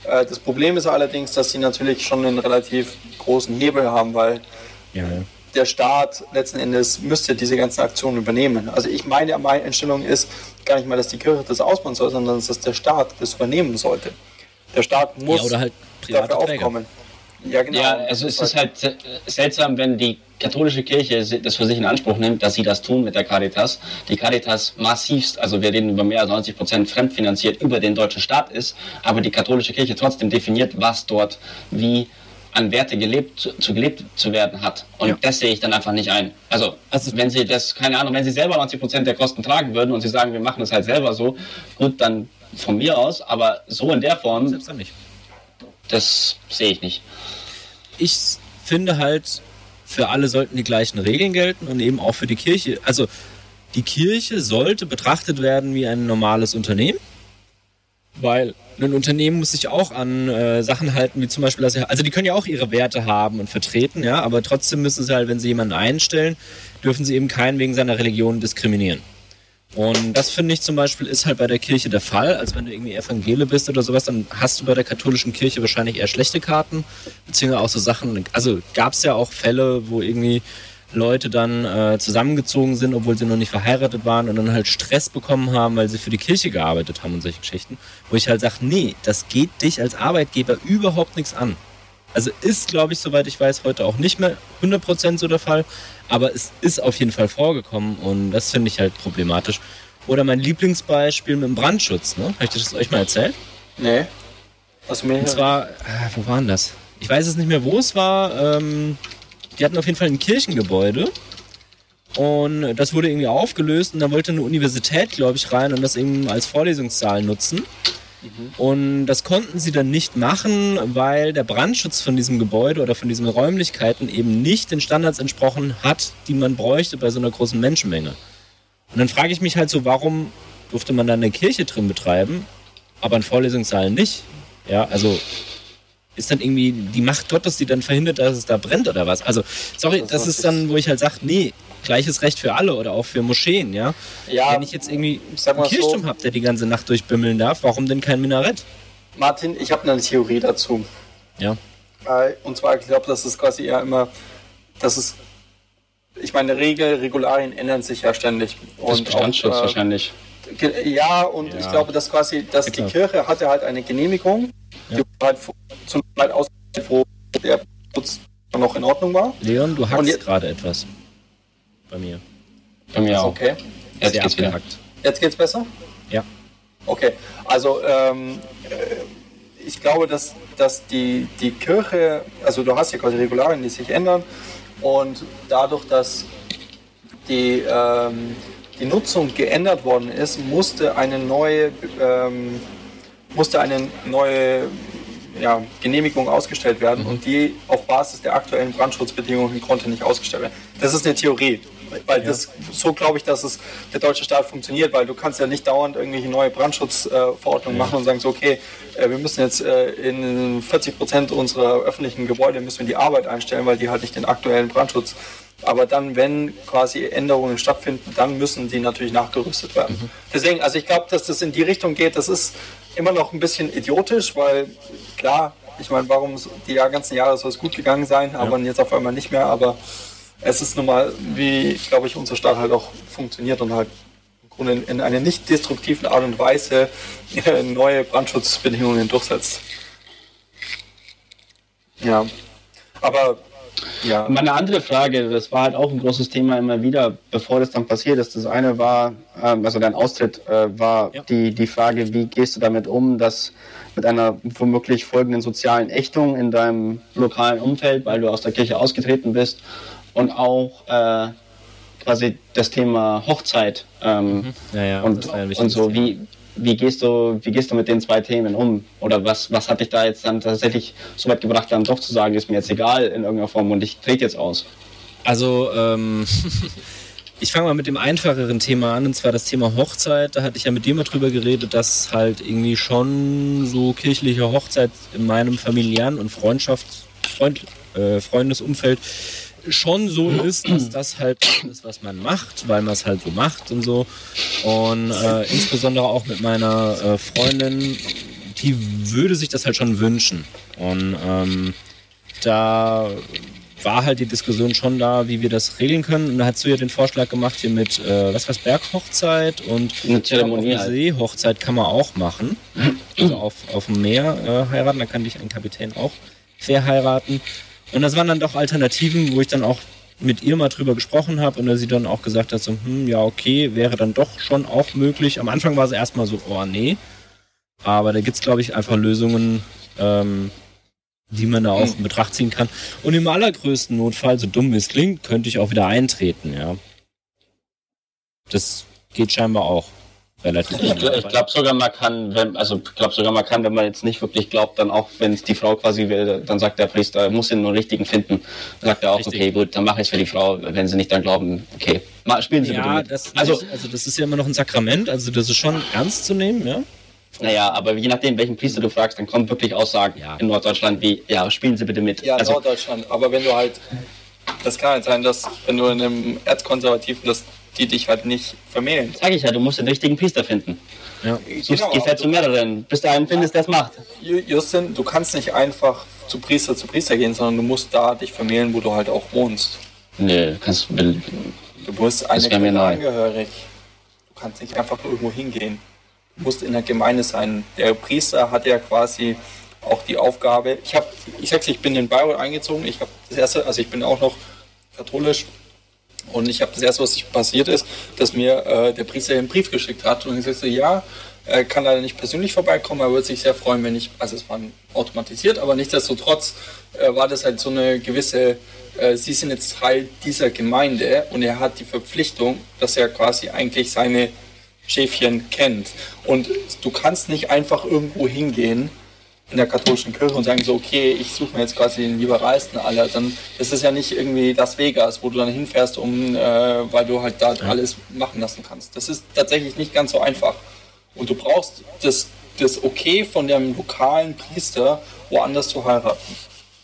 Äh, das Problem ist allerdings, dass sie natürlich schon einen relativ großen Hebel haben, weil Ja, ja. der Staat letzten Endes müsste diese ganzen Aktionen übernehmen. Also ich meine, meine Einstellung ist gar nicht mal, dass die Kirche das ausbauen soll, sondern dass der Staat das übernehmen sollte. Der Staat muss Ja, oder halt private dafür Träger. aufkommen. Ja, genau. Ja, also es ist halt seltsam, wenn die katholische Kirche das für sich in Anspruch nimmt, dass sie das tun mit der Caritas. Die Caritas massivst, also wir reden über mehr als neunzig Prozent fremdfinanziert über den deutschen Staat ist, aber die katholische Kirche trotzdem definiert, was dort wie an Werte gelebt zu, zu gelebt zu werden hat. Und Ja. das sehe ich dann einfach nicht ein. Also, also wenn sie das, keine Ahnung, wenn sie selber neunzig Prozent der Kosten tragen würden und sie sagen, wir machen das halt selber so, gut, dann von mir aus, aber so in der Form, Selbst dann nicht. das sehe ich nicht. Ich finde halt, für alle sollten die gleichen Regeln gelten und eben auch für die Kirche. Also die Kirche sollte betrachtet werden wie ein normales Unternehmen, weil ein Unternehmen muss sich auch an äh, Sachen halten, wie zum Beispiel, dass sie, also die können ja auch ihre Werte haben und vertreten, ja, aber trotzdem müssen sie halt, wenn sie jemanden einstellen, dürfen sie eben keinen wegen seiner Religion diskriminieren. Und das finde ich zum Beispiel ist halt bei der Kirche der Fall. Als wenn du irgendwie Evangele bist oder sowas, dann hast du bei der katholischen Kirche wahrscheinlich eher schlechte Karten, beziehungsweise auch so Sachen. Also gab es ja auch Fälle, wo irgendwie Leute dann äh, zusammengezogen sind, obwohl sie noch nicht verheiratet waren und dann halt Stress bekommen haben, weil sie für die Kirche gearbeitet haben und solche Geschichten. Wo ich halt sage, nee, das geht dich als Arbeitgeber überhaupt nichts an. Also ist, glaube ich, soweit ich weiß, heute auch nicht mehr hundert Prozent so der Fall. Aber es ist auf jeden Fall vorgekommen und das finde ich halt problematisch. Oder mein Lieblingsbeispiel mit dem Brandschutz. Ne? Habe ich das euch mal erzählt? Nee. Was mir Und zwar, äh, wo war denn das? Ich weiß es nicht mehr, wo es war. Ähm, die hatten auf jeden Fall ein Kirchengebäude. Und das wurde irgendwie aufgelöst und da wollte eine Universität, glaube ich, rein und das eben als Vorlesungssaal nutzen. Und das konnten sie dann nicht machen, weil der Brandschutz von diesem Gebäude oder von diesen Räumlichkeiten eben nicht den Standards entsprochen hat, die man bräuchte bei so einer großen Menschenmenge. Und dann frage ich mich halt so, warum durfte man dann eine Kirche drin betreiben, aber einen Vorlesungssaal nicht? Ja, also ist dann irgendwie die Macht Gottes, die dann verhindert, dass es da brennt oder was? Also, sorry, das, das ist dann, wo ich halt sage, nee, gleiches Recht für alle oder auch für Moscheen, ja? Ja, wenn ich jetzt irgendwie sag mal einen Kirchturm so, habe, der die ganze Nacht durchbimmeln darf, warum denn kein Minarett? Martin, ich habe eine Theorie dazu. Ja. Äh, Und zwar, ich glaube, das ist quasi eher immer, das ist, ich meine, Regeln, Regularien ändern sich ja ständig. Das Und Bestandsschutz auch, äh, wahrscheinlich. ge- Ja, und Ja. ich glaube, dass quasi, dass Ja, die klar. Kirche hatte halt eine Genehmigung, Ja. die halt vor- zum Teil aus, wo der Schutz noch in Ordnung war. Leon, du Und hackst jetzt- gerade etwas. Bei mir. Bei mir auch. Okay. Jetzt Sehr geht's wieder. abgehackt. Jetzt geht's besser? Ja. Okay, also ähm, äh, ich glaube, dass, dass die, die Kirche, also du hast ja quasi Regularien, die sich ändern und dadurch, dass die, ähm, die Nutzung geändert worden ist, musste eine neue, ähm, musste eine neue ja, Genehmigung ausgestellt werden und die auf Basis der aktuellen Brandschutzbedingungen konnte nicht ausgestellt werden. Das ist eine Theorie. Weil Ja. das, so glaube ich, dass es der deutsche Staat funktioniert, weil du kannst ja nicht dauernd irgendwelche neue Brandschutzverordnungen Ja. machen und sagen so, okay, äh, wir müssen jetzt äh, in vierzig Prozent unserer öffentlichen Gebäude müssen wir die Arbeit einstellen, weil die halt nicht den aktuellen Brandschutz. Aber dann, wenn quasi Änderungen stattfinden, dann müssen die natürlich nachgerüstet werden. Mhm. Deswegen, also ich glaube, dass das in die Richtung geht, das ist immer noch ein bisschen idiotisch, weil klar, ich meine, warum so- die ganzen Jahre soll es gut gegangen sein, aber jetzt auf einmal nicht mehr, aber es ist nun mal, wie, glaube ich, unser Staat halt auch funktioniert und halt im Grunde in, in einer nicht destruktiven Art und Weise äh, neue Brandschutzbedingungen durchsetzt. Ja, aber ja, Meine andere Frage, das war halt auch ein großes Thema immer wieder, bevor das dann passiert ist. Das eine war, ähm, also dein Austritt, äh, war Ja. die, die Frage, wie gehst du damit um, dass mit einer womöglich folgenden sozialen Ächtung in deinem lokalen Umfeld, weil du aus der Kirche ausgetreten bist, und auch äh, quasi das Thema Hochzeit ähm, Ja, ja, und, das war ja ein und wichtiges so, Thema. wie, wie, gehst du, wie gehst du mit den zwei Themen um? Oder was, was hat dich da jetzt dann tatsächlich so weit gebracht, dann doch zu sagen, ist mir jetzt egal in irgendeiner Form und ich trete jetzt aus? Also, ähm, ich fange mal mit dem einfacheren Thema an, und zwar das Thema Hochzeit. Da hatte ich ja mit dir mal drüber geredet, dass halt irgendwie schon so kirchliche Hochzeit in meinem familiären und Freundschafts-, Freund, äh, Freundesumfeld schon so ist, dass das halt ist, was man macht, weil man es halt so macht und so. Und äh, insbesondere auch mit meiner äh, Freundin, die würde sich das halt schon wünschen. Und ähm, da war halt die Diskussion schon da, wie wir das regeln können. Und da hast du ja den Vorschlag gemacht hier mit, äh, was war's, Berghochzeit und eine Zeremonie. Auf Seehochzeit kann man auch machen. Also auf, auf dem Meer äh, heiraten, da kann dich ein Kapitän auch verheiraten. Und das waren dann doch Alternativen, wo ich dann auch mit ihr mal drüber gesprochen habe und da sie dann auch gesagt hat, so, hm, ja okay, wäre dann doch schon auch möglich. Am Anfang war sie erstmal so, oh nee. Aber da gibt's, glaube ich, einfach Lösungen, ähm, die man da auch in Betracht ziehen kann. Und im allergrößten Notfall, so dumm wie es klingt, könnte ich auch wieder eintreten, ja. Das geht scheinbar auch relativ. Ich, gl- ich glaube sogar, man kann, wenn, also ich glaube sogar, man kann, wenn man jetzt nicht wirklich glaubt, dann auch, wenn es die Frau quasi will, dann sagt der Priester, muss den nur richtigen finden. Dann sagt er auch, Richtig. okay, gut, dann mache ich es für die Frau. Wenn sie nicht dann glauben, okay, Ma- spielen sie Ja, bitte mit. das, Also, also, also das ist ja immer noch ein Sakrament, also das ist schon ernst zu nehmen, ja. naja, aber je nachdem, welchen Priester du fragst, dann kommen wirklich Aussagen Ja. in Norddeutschland wie, ja, spielen sie bitte mit. Ja, also, Norddeutschland. Aber wenn du halt, das kann halt sein, dass wenn du in einem Erzkonservativen, dass die dich halt nicht vermählen. sag ich ja, du musst den richtigen Priester finden. Ja. Du Genau, gehst aber halt zu du- mehreren, bis du einen findest, der es macht. Ju- Justin, du kannst nicht einfach zu Priester zu Priester gehen, sondern du musst da dich vermählen, wo du halt auch wohnst. Nee, du kannst, Du bist eine wär mir Kirche neu. angehörig. Du kannst nicht einfach irgendwo hingehen. Du musst in der Gemeinde sein. Der Priester hat ja quasi auch die Aufgabe. Ich habe, ich sag's, ich bin in Bayreuth eingezogen. Ich habe das erste, also ich bin auch noch katholisch. Und ich habe das erste, was passiert ist, dass mir äh, der Priester einen Brief geschickt hat und gesagt so, ja, er kann leider nicht persönlich vorbeikommen, er würde sich sehr freuen, wenn ich, also es war automatisiert, aber nichtsdestotrotz äh, war das halt so eine gewisse, äh, Sie sind jetzt Teil dieser Gemeinde und er hat die Verpflichtung, dass er quasi eigentlich seine Schäfchen kennt. Und du kannst nicht einfach irgendwo hingehen in der katholischen Kirche und sagen so, okay, ich suche mir jetzt quasi den liberalsten aller, dann das ist ja nicht irgendwie Las Vegas, wo du dann hinfährst, um, äh, weil du halt da alles machen lassen kannst. Das ist tatsächlich nicht ganz so einfach. Und du brauchst das, das Okay von dem lokalen Priester, woanders zu heiraten.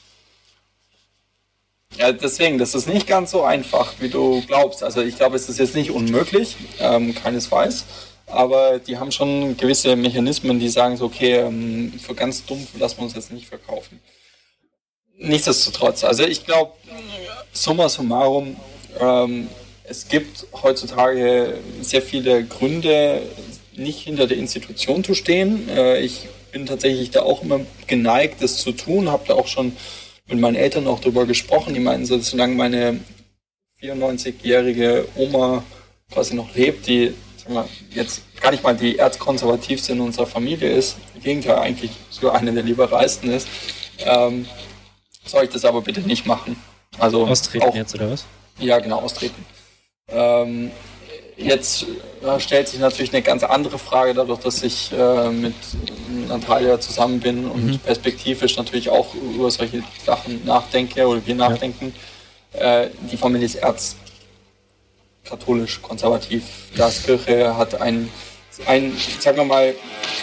Ja, deswegen, das ist nicht ganz so einfach, wie du glaubst. Also ich glaube, es ist jetzt nicht unmöglich, ähm, keinesfalls. Aber die haben schon gewisse Mechanismen, die sagen so, okay, ähm, für ganz dumm lassen wir uns jetzt nicht verkaufen. Nichtsdestotrotz, also ich glaube, summa summarum, ähm, es gibt heutzutage sehr viele Gründe, nicht hinter der Institution zu stehen. Äh, ich bin tatsächlich da auch immer geneigt, das zu tun, habe da auch schon mit meinen Eltern auch drüber gesprochen. Die meinten so, solange meine vierundneunzigjährige Oma quasi noch lebt, die sagen wir, jetzt gar nicht mal die erzkonservativste in unserer Familie ist, im Gegenteil eigentlich sogar eine der liberalsten ist, ähm, soll ich das aber bitte nicht machen. Also Austreten auch, jetzt, oder was? Ja, genau, austreten. Ähm, jetzt äh, stellt sich natürlich eine ganz andere Frage, dadurch, dass ich äh, mit Natalia zusammen bin und Mhm. perspektivisch natürlich auch über solche Sachen nachdenke oder wir nachdenken. Äh, die Familie ist erzkatholisch, konservativ. Das Kirche hat ein, ein, sagen wir mal,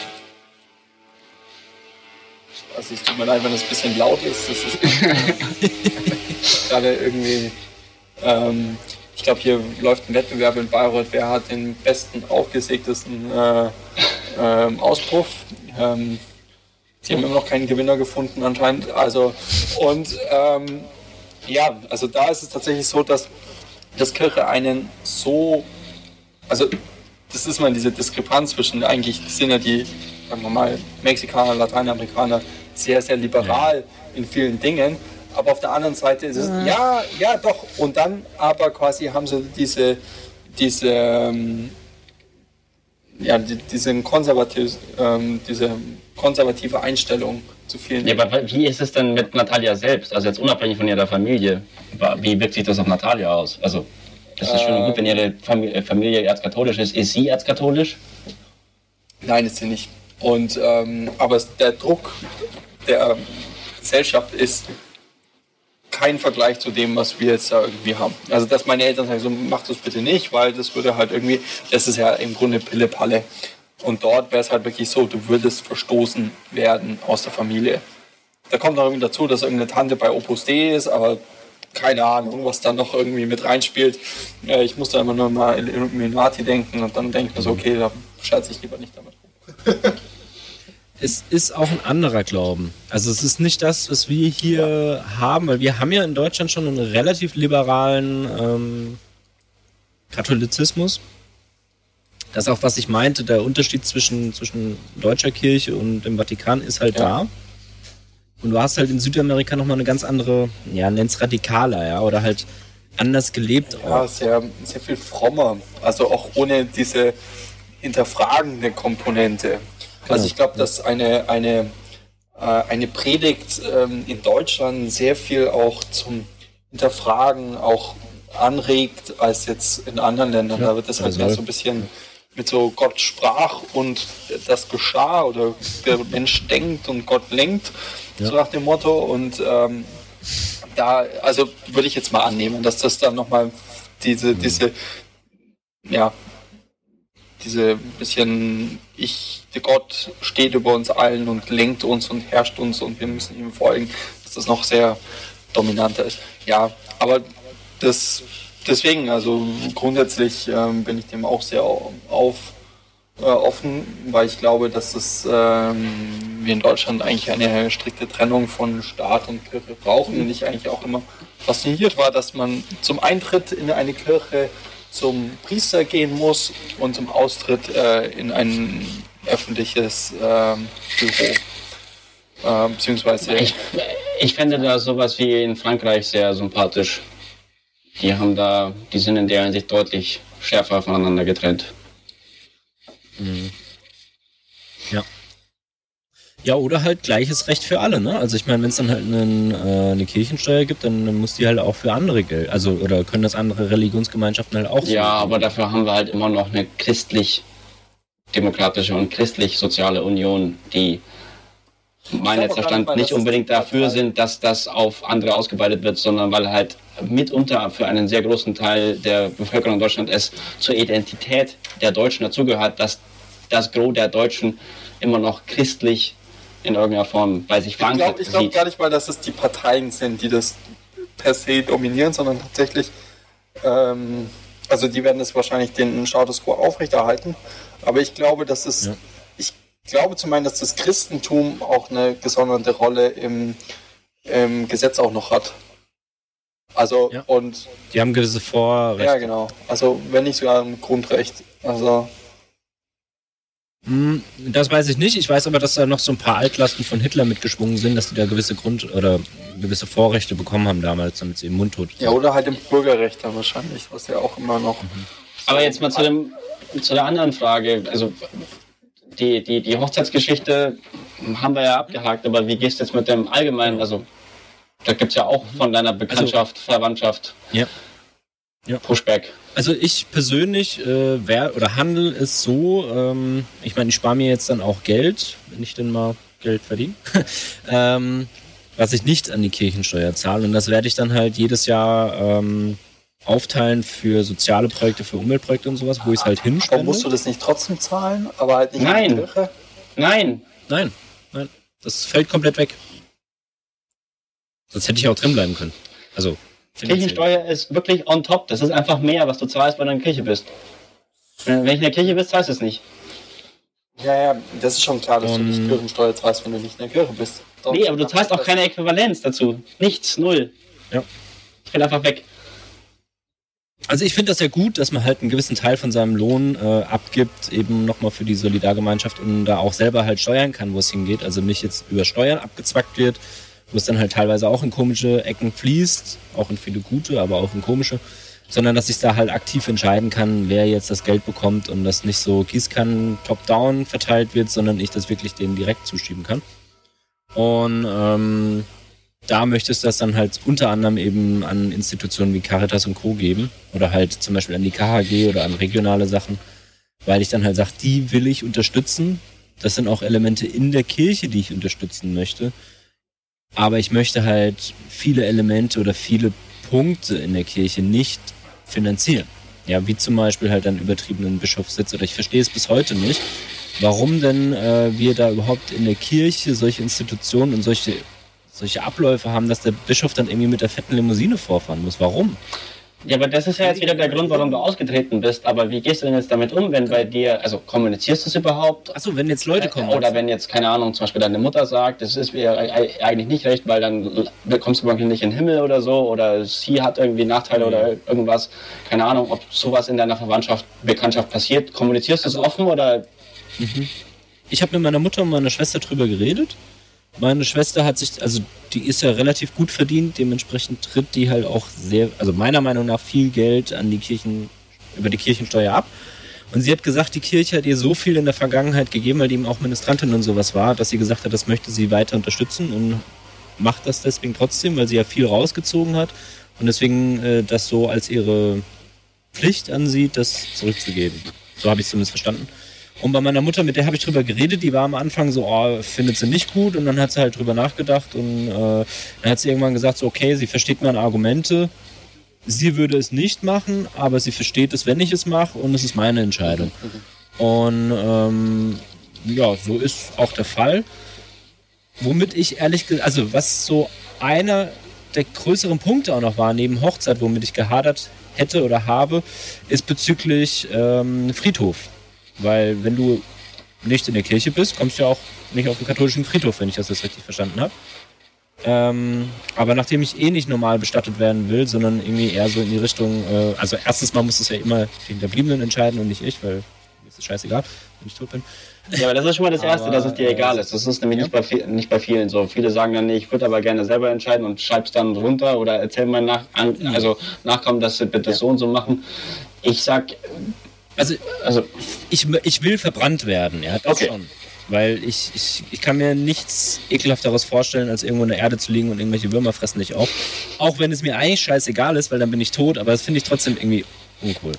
also es tut mir leid, wenn es ein bisschen laut ist. Das ist gerade irgendwie, ähm, ich glaube, hier läuft ein Wettbewerb in Bayreuth, wer hat den besten, aufgesägtesten äh, ähm, Auspuff. Ähm, sie haben immer noch keinen Gewinner gefunden anscheinend. Also, und ähm, ja, also da ist es tatsächlich so, dass das Kirche einen so, also das ist mal diese Diskrepanz zwischen, eigentlich sind ja die, sagen wir mal, Mexikaner, Lateinamerikaner sehr, sehr liberal in vielen Dingen, aber auf der anderen Seite ist es, ja, ja doch, und dann aber quasi haben sie diese, diese, ähm, ja, die, diesen konservativ, ähm, diese konservative Einstellung zu vielen Ja, Dingen. aber wie ist es denn mit Natalia selbst? Also jetzt unabhängig von ihrer Familie. Wie wirkt sich das auf Natalia aus? Also, das ist schon gut, wenn ihre Familie, Familie erzkatholisch ist. Ist sie erzkatholisch? Nein, ist sie nicht. Und, ähm, aber es- der Druck der Gesellschaft ist kein Vergleich zu dem, was wir jetzt da irgendwie haben. Also, dass meine Eltern sagen, so, mach das bitte nicht, weil das würde halt irgendwie, das ist ja im Grunde Pille-Palle. Und dort wäre es halt wirklich so, du würdest verstoßen werden aus der Familie. Da kommt noch irgendwie dazu, dass irgendeine Tante bei Opus Dei ist, aber keine Ahnung, was da noch irgendwie mit reinspielt. Äh, Ich muss da immer nur mal in Illuminati denken und dann denke ich mir so, okay, da scherze ich lieber nicht damit rum. es ist auch ein anderer Glauben. Also es ist nicht das, was wir hier ja. haben, weil wir haben ja in Deutschland schon einen relativ liberalen ähm, Katholizismus. Das ist auch, was ich meinte, der Unterschied zwischen, zwischen deutscher Kirche und dem Vatikan ist halt ja. da. Und du hast halt in Südamerika nochmal eine ganz andere, ja, nenn's radikaler, ja, oder halt anders gelebt. Ja, auch. Sehr, sehr viel frommer. Also auch ohne diese hinterfragende Komponente. Genau. Also ich glaube, dass eine, eine, äh, eine Predigt ähm, in Deutschland sehr viel auch zum Hinterfragen auch anregt als jetzt in anderen Ländern. Ja, da wird das halt also mehr so ein bisschen mit so Gott sprach und das geschah oder der Mensch denkt und Gott lenkt, ja. so nach dem Motto. Und ähm, da, also würde ich jetzt mal annehmen, dass das dann nochmal diese, mhm. diese, ja, diese bisschen, ich, der Gott steht über uns allen und lenkt uns und herrscht uns und wir müssen ihm folgen, dass das noch sehr dominanter ist. Ja, aber das, deswegen, also grundsätzlich ähm, bin ich dem auch sehr auf, äh, offen, weil ich glaube, dass es ähm, wir in Deutschland eigentlich eine strikte Trennung von Staat und Kirche brauchen und ich eigentlich auch immer fasziniert war, dass man zum Eintritt in eine Kirche zum Priester gehen muss und zum Austritt äh, in ein öffentliches äh, Büro. Äh, beziehungsweise ich, ich fände da sowas wie in Frankreich sehr sympathisch. Die haben da, die sind in der Hinsicht deutlich schärfer voneinander getrennt. Mhm. Ja. Ja, oder halt gleiches Recht für alle, ne? Also ich meine, wenn es dann halt einen, äh, eine Kirchensteuer gibt, dann muss die halt auch für andere gelten. Also, oder können das andere Religionsgemeinschaften halt auch so. Ja, aber dafür haben wir halt immer noch eine christlich-demokratische und christlich-soziale Union, die mein letzter Stand nicht unbedingt dafür sind, dass das auf andere ausgeweitet wird, sondern weil halt mitunter für einen sehr großen Teil der Bevölkerung in Deutschland es zur Identität der Deutschen dazugehört, dass das Gros der Deutschen immer noch christlich in irgendeiner Form bei sich verankert sieht. Ich glaube glaub gar nicht mal, dass es die Parteien sind, die das per se dominieren, sondern tatsächlich, ähm, also die werden es wahrscheinlich den Status quo aufrechterhalten, aber ich glaube, dass es ja. ich Ich glaube zu meinen, dass das Christentum auch eine gesonderte Rolle im, im Gesetz auch noch hat. Also, ja. und... Die haben gewisse Vorrechte. Ja, genau. Also, wenn nicht sogar ein Grundrecht. Also... Das weiß ich nicht. Ich weiß aber, dass da noch so ein paar Altlasten von Hitler mitgeschwungen sind, dass die da gewisse Grund- oder gewisse Vorrechte bekommen haben damals, damit sie im Mundtot sind. Ja, oder halt im Bürgerrecht dann wahrscheinlich, was ja auch immer noch... Mhm. Aber jetzt mal zu, dem, zu der anderen Frage. Also... Die, die, die Hochzeitsgeschichte haben wir ja abgehakt, aber wie gehst du jetzt mit dem Allgemeinen? Also, da gibt es ja auch von deiner Bekanntschaft, also, Verwandtschaft ja. Ja. Pushback. Also ich persönlich, äh, wer, oder handel es so, ähm, ich meine, ich spare mir jetzt dann auch Geld, wenn ich denn mal Geld verdiene, ähm, was ich nicht an die Kirchensteuer zahle. Und das werde ich dann halt jedes Jahr ähm, aufteilen für soziale Projekte, für Umweltprojekte und sowas, wo ich es halt hinspende. Aber musst du das nicht trotzdem zahlen? Aber halt nicht Nein. in die Kirche? Nein. Nein. Nein. Das fällt komplett weg. Sonst hätte ich auch drin bleiben können. Also, Kirchensteuer ist wirklich on top. Das ist einfach mehr, was du zahlst, wenn du in der Kirche bist. Wenn ich in der Kirche bist, zahlst du es nicht. Ja, ja, das ist schon klar, dass um, du nicht Kirchensteuer zahlst, wenn du nicht in der Kirche bist. Sonst nee, aber du zahlst auch keine Äquivalenz dazu. Nichts, null. Ja. Fällt einfach weg. Also ich finde das ja gut, dass man halt einen gewissen Teil von seinem Lohn äh, abgibt, eben nochmal für die Solidargemeinschaft und da auch selber halt steuern kann, wo es hingeht. Also nicht jetzt über Steuern abgezwackt wird, wo es dann halt teilweise auch in komische Ecken fließt, auch in viele gute, aber auch in komische, sondern dass ich da halt aktiv entscheiden kann, wer jetzt das Geld bekommt und das nicht so Gießkannen top-down verteilt wird, sondern ich das wirklich denen direkt zuschieben kann. Und ähm, da möchtest du das dann halt unter anderem eben an Institutionen wie Caritas und Co. geben oder halt zum Beispiel an die K H G oder an regionale Sachen, weil ich dann halt sage, die will ich unterstützen. Das sind auch Elemente in der Kirche, die ich unterstützen möchte. Aber ich möchte halt viele Elemente oder viele Punkte in der Kirche nicht finanzieren. Ja, wie zum Beispiel halt einen übertriebenen Bischofssitz. Oder ich verstehe es bis heute nicht, warum denn äh, wir da überhaupt in der Kirche solche Institutionen und solche solche Abläufe haben, dass der Bischof dann irgendwie mit der fetten Limousine vorfahren muss. Warum? Ja, aber das ist ja jetzt wieder der Grund, warum du ausgetreten bist. Aber wie gehst du denn jetzt damit um, wenn bei dir, also kommunizierst du es überhaupt? Achso, wenn jetzt Leute kommen. Oder wenn jetzt, keine Ahnung, zum Beispiel deine Mutter sagt, das ist mir eigentlich nicht recht, weil dann kommst du irgendwie nicht in den Himmel oder so, oder sie hat irgendwie Nachteile mhm. oder irgendwas. Keine Ahnung, ob sowas in deiner Verwandtschaft, Bekanntschaft passiert. Kommunizierst du es offen oder? Mhm. Ich habe mit meiner Mutter und meiner Schwester drüber geredet. Meine Schwester hat sich, also die ist ja relativ gut verdient, dementsprechend tritt die halt auch sehr, also meiner Meinung nach viel Geld an die Kirchen, über die Kirchensteuer ab. Und sie hat gesagt, die Kirche hat ihr so viel in der Vergangenheit gegeben, weil die eben auch Ministrantin und sowas war, dass sie gesagt hat, das möchte sie weiter unterstützen und macht das deswegen trotzdem, weil sie ja viel rausgezogen hat und deswegen äh, das so als ihre Pflicht ansieht, das zurückzugeben. So habe ich es zumindest verstanden. Und bei meiner Mutter, mit der habe ich drüber geredet, die war am Anfang so, oh, findet sie nicht gut. Und dann hat sie halt drüber nachgedacht und äh, dann hat sie irgendwann gesagt, so, okay, sie versteht meine Argumente. Sie würde es nicht machen, aber sie versteht es, wenn ich es mache und es ist meine Entscheidung. Und ähm, ja, so ist auch der Fall. Womit ich ehrlich gesagt, also was so einer der größeren Punkte auch noch war, neben Hochzeit, womit ich gehadert hätte oder habe, ist bezüglich ähm, Friedhof. Weil wenn du nicht in der Kirche bist, kommst du ja auch nicht auf den katholischen Friedhof, wenn ich das jetzt richtig verstanden habe. Ähm, aber nachdem ich eh nicht normal bestattet werden will, sondern irgendwie eher so in die Richtung, äh, also erstens mal muss es ja immer die Hinterbliebenen entscheiden und nicht ich, weil mir ist es scheißegal, wenn ich tot bin. Ja, aber das ist schon mal das Erste, aber, dass es dir egal ist. Das ist nämlich ja. nicht, bei, nicht bei vielen so. Viele sagen dann, nee, ich würde aber gerne selber entscheiden und schreib's dann runter oder erzähl mal nach, an, also Nachkommen, dass sie bitte ja. so und so machen. Ich sag... Also, also ich, ich will verbrannt werden, ja, das okay. schon. Weil ich, ich, ich kann mir nichts Ekelhafteres vorstellen, als irgendwo in der Erde zu liegen und irgendwelche Würmer fressen dich auf. Auch wenn es mir eigentlich scheißegal ist, weil dann bin ich tot, aber das finde ich trotzdem irgendwie uncool.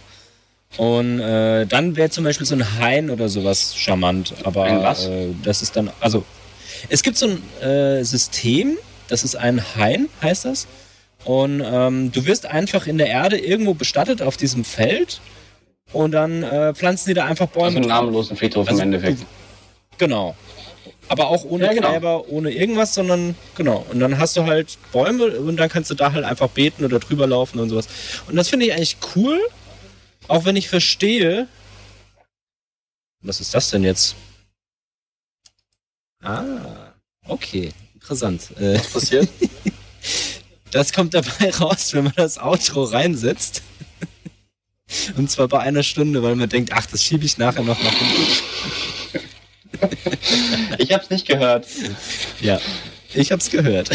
Und äh, dann wäre zum Beispiel so ein Hain oder sowas charmant. Aber ein was? Äh, das ist dann, also es gibt so ein äh, System, das ist ein Hain, heißt das. Und ähm, du wirst einfach in der Erde irgendwo bestattet auf diesem Feld. Und dann äh, pflanzen die da einfach Bäume. Also einen namenlosen Friedhof also, im Endeffekt. Genau. Aber auch ohne ja, genau. Gräber, ohne irgendwas, sondern genau. Und dann hast du halt Bäume und dann kannst du da halt einfach beten oder drüber laufen und sowas. Und das finde ich eigentlich cool, auch wenn ich verstehe. Was ist das denn jetzt? Ah, okay. Interessant. Was passiert? Das kommt dabei raus, wenn man das Outro reinsetzt. Und zwar bei einer Stunde, weil man denkt, ach, das schiebe ich nachher noch nach hinten. Ich hab's nicht gehört. Ja, ich hab's gehört.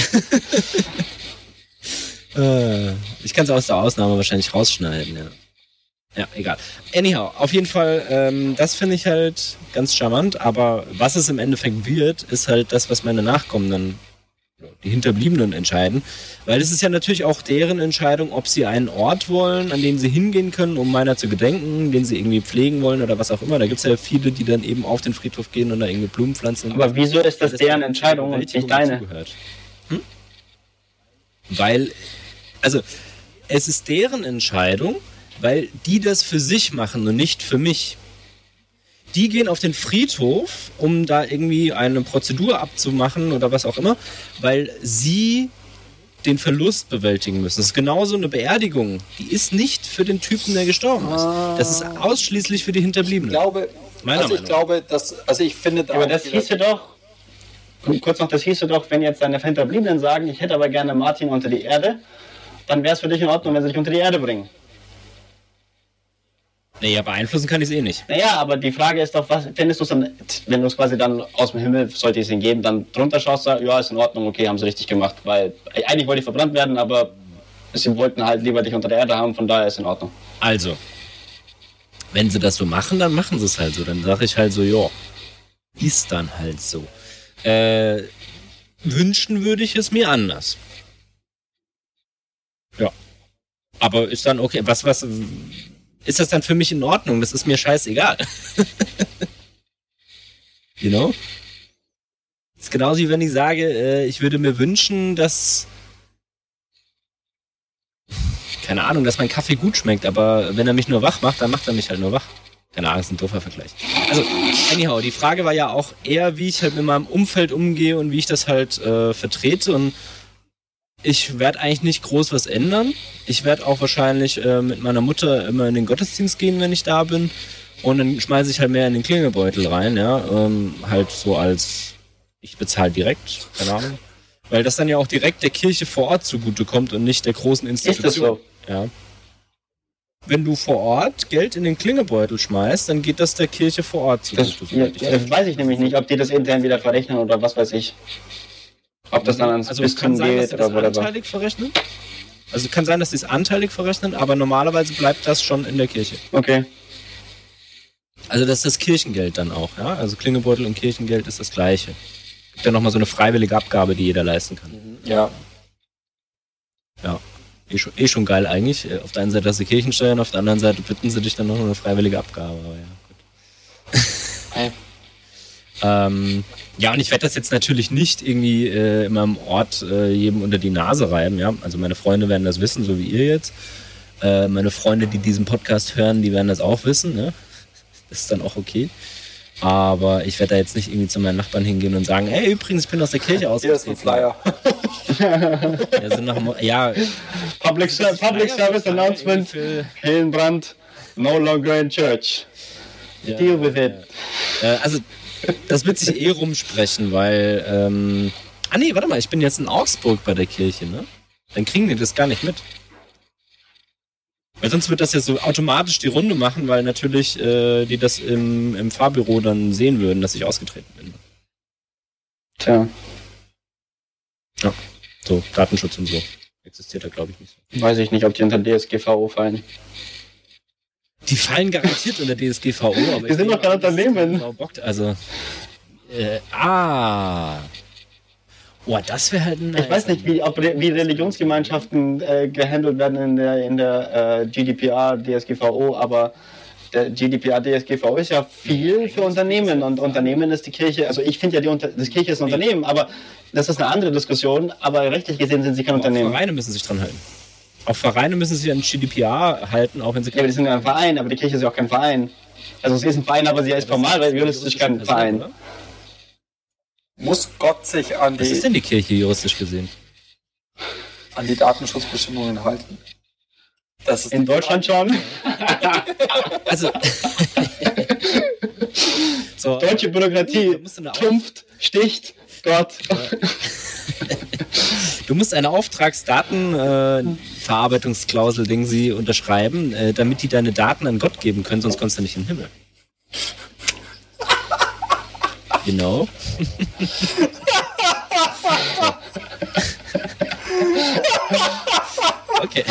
Ich kann es aus der Ausnahme wahrscheinlich rausschneiden, ja. Ja, egal. Anyhow, auf jeden Fall, ähm, das finde ich halt ganz charmant, aber was es im Endeffekt wird, ist halt das, was meine Nachkommen dann, die Hinterbliebenen entscheiden, weil es ist ja natürlich auch deren Entscheidung, ob sie einen Ort wollen, an den sie hingehen können, um meiner zu gedenken, den sie irgendwie pflegen wollen oder was auch immer. Da gibt es ja viele, die dann eben auf den Friedhof gehen und da irgendwie Blumen pflanzen. Aber wieso ist das, das deren Entscheidung und nicht deine? Hm? Weil, also, es ist deren Entscheidung, weil die das für sich machen und nicht für mich. Die gehen auf den Friedhof, um da irgendwie eine Prozedur abzumachen oder was auch immer, weil sie den Verlust bewältigen müssen. Das ist genauso eine Beerdigung. Die ist nicht für den Typen, der gestorben ist. Das ist ausschließlich für die Hinterbliebenen. Ich glaube, Meiner also ich Meinung. glaube, dass, also ich finde da aber das hieße doch, kurz noch, das hieße doch, wenn jetzt deine Hinterbliebenen sagen, ich hätte aber gerne Martin unter die Erde, dann wäre es für dich in Ordnung, wenn sie dich unter die Erde bringen. Naja, beeinflussen kann ich es eh nicht. Naja, aber die Frage ist doch, was findest du es dann, wenn du es quasi dann aus dem Himmel, sollte es ihn geben, dann drunter schaust, sagst, ja, ist in Ordnung, okay, haben sie richtig gemacht, weil eigentlich wollte ich verbrannt werden, aber sie wollten halt lieber dich unter der Erde haben, von daher ist in Ordnung. Also, wenn sie das so machen, dann machen sie es halt so. Dann sage ich halt so, ja, ist dann halt so. Äh, wünschen würde ich es mir anders. Ja. Aber ist dann okay, was, was... ist das dann für mich in Ordnung? Das ist mir scheißegal. You know? Das ist genauso wie wenn ich sage, äh, ich würde mir wünschen, dass, keine Ahnung, dass mein Kaffee gut schmeckt, aber wenn er mich nur wach macht, dann macht er mich halt nur wach. Keine Ahnung, das ist ein doofer Vergleich. Also, anyhow, die Frage war ja auch eher, wie ich halt mit meinem Umfeld umgehe und wie ich das halt äh, vertrete und ich werde eigentlich nicht groß was ändern. Ich werde auch wahrscheinlich äh, mit meiner Mutter immer in den Gottesdienst gehen, wenn ich da bin. Und dann schmeiße ich halt mehr in den Klingelbeutel rein, ja. Ähm, halt so als, ich bezahle direkt, keine Ahnung. Weil das dann ja auch direkt der Kirche vor Ort zugutekommt und nicht der großen Institution. Ist das so? Ja. Wenn du vor Ort Geld in den Klingelbeutel schmeißt, dann geht das der Kirche vor Ort zugute. Das, ja, das weiß ich nämlich nicht, ob die das intern wieder verrechnen oder was weiß ich. Ob das dann ans also es kann Bistum sein, dass geht sie das oder whatever. anteilig verrechnen. Also kann sein, dass sie es anteilig verrechnen, aber normalerweise bleibt das schon in der Kirche. Okay. Also das ist das Kirchengeld dann auch, ja. Also Klingelbeutel und Kirchengeld ist das Gleiche. Gibt ja nochmal so eine freiwillige Abgabe, die jeder leisten kann. Ja. Ja. Eh schon, eh schon geil eigentlich. Auf der einen Seite hast du Kirchensteuern, auf der anderen Seite bitten sie dich dann noch um eine freiwillige Abgabe. Aber ja, gut. Hey. ähm, ja, und ich werde das jetzt natürlich nicht irgendwie äh, in meinem Ort äh, jedem unter die Nase reiben. Ja? Also meine Freunde werden das wissen, so wie ihr jetzt. Äh, meine Freunde, die diesen Podcast hören, die werden das auch wissen. Ne? Das ist dann auch okay. Aber ich werde da jetzt nicht irgendwie zu meinen Nachbarn hingehen und sagen, hey, übrigens, ich bin aus der Kirche ausgetreten. Hier ist ein Flyer. Ja, so nach, dem- ja, Public, Ser- Public Service Announcement. Hillenbrand, no longer in church. ja, Deal with it. Äh, also, das wird sich eh rumsprechen, weil, ähm, ah nee, warte mal, ich bin jetzt in Augsburg bei der Kirche, ne? Dann kriegen die das gar nicht mit. Weil sonst wird das ja so automatisch die Runde machen, weil natürlich äh, die das im, im Fahrbüro dann sehen würden, dass ich ausgetreten bin. Tja, So, Datenschutz und so. Existiert da, glaube ich, nicht so. weiß ich nicht, ob die unter D S G V O fallen. Die fallen garantiert unter D S G V O, aber Die sind doch kein Unternehmen. Also, äh, ah. Boah, das wäre halt ein... Ich weiß nicht, wie, ob, Re- wie Religionsgemeinschaften äh, gehandelt werden in der, in der äh, G D P R, D S G V O, aber der G D P R, D S G V O ist ja viel für Unternehmen und Unternehmen ist die Kirche, also ich finde ja, die Unter das Kirche ist ein Unternehmen, aber das ist eine andere Diskussion, aber rechtlich gesehen sind sie kein Aber auch Unternehmen. Vereine müssen sich dran halten. Auch Vereine müssen sich an G D P R halten, auch wenn sie... Ja, aber die sind ja ein Verein, aber die Kirche ist ja auch kein Verein. Also sie ist ein Verein, aber sie ist formal, weil juristisch kein Verein. Oder? Muss Gott sich an Was ist die, denn die Kirche juristisch gesehen? an die Datenschutzbestimmungen halten? Das ist In Deutschland schon. Also... so, Deutsche Bürokratie Da musst du eine Auf- trumpft, sticht, Gott. Du musst eine Auftragsdatenverarbeitungsklausel, Ding sie unterschreiben, äh, damit die deine Daten an Gott geben können, sonst kommst du nicht in den Himmel. Genau. Okay.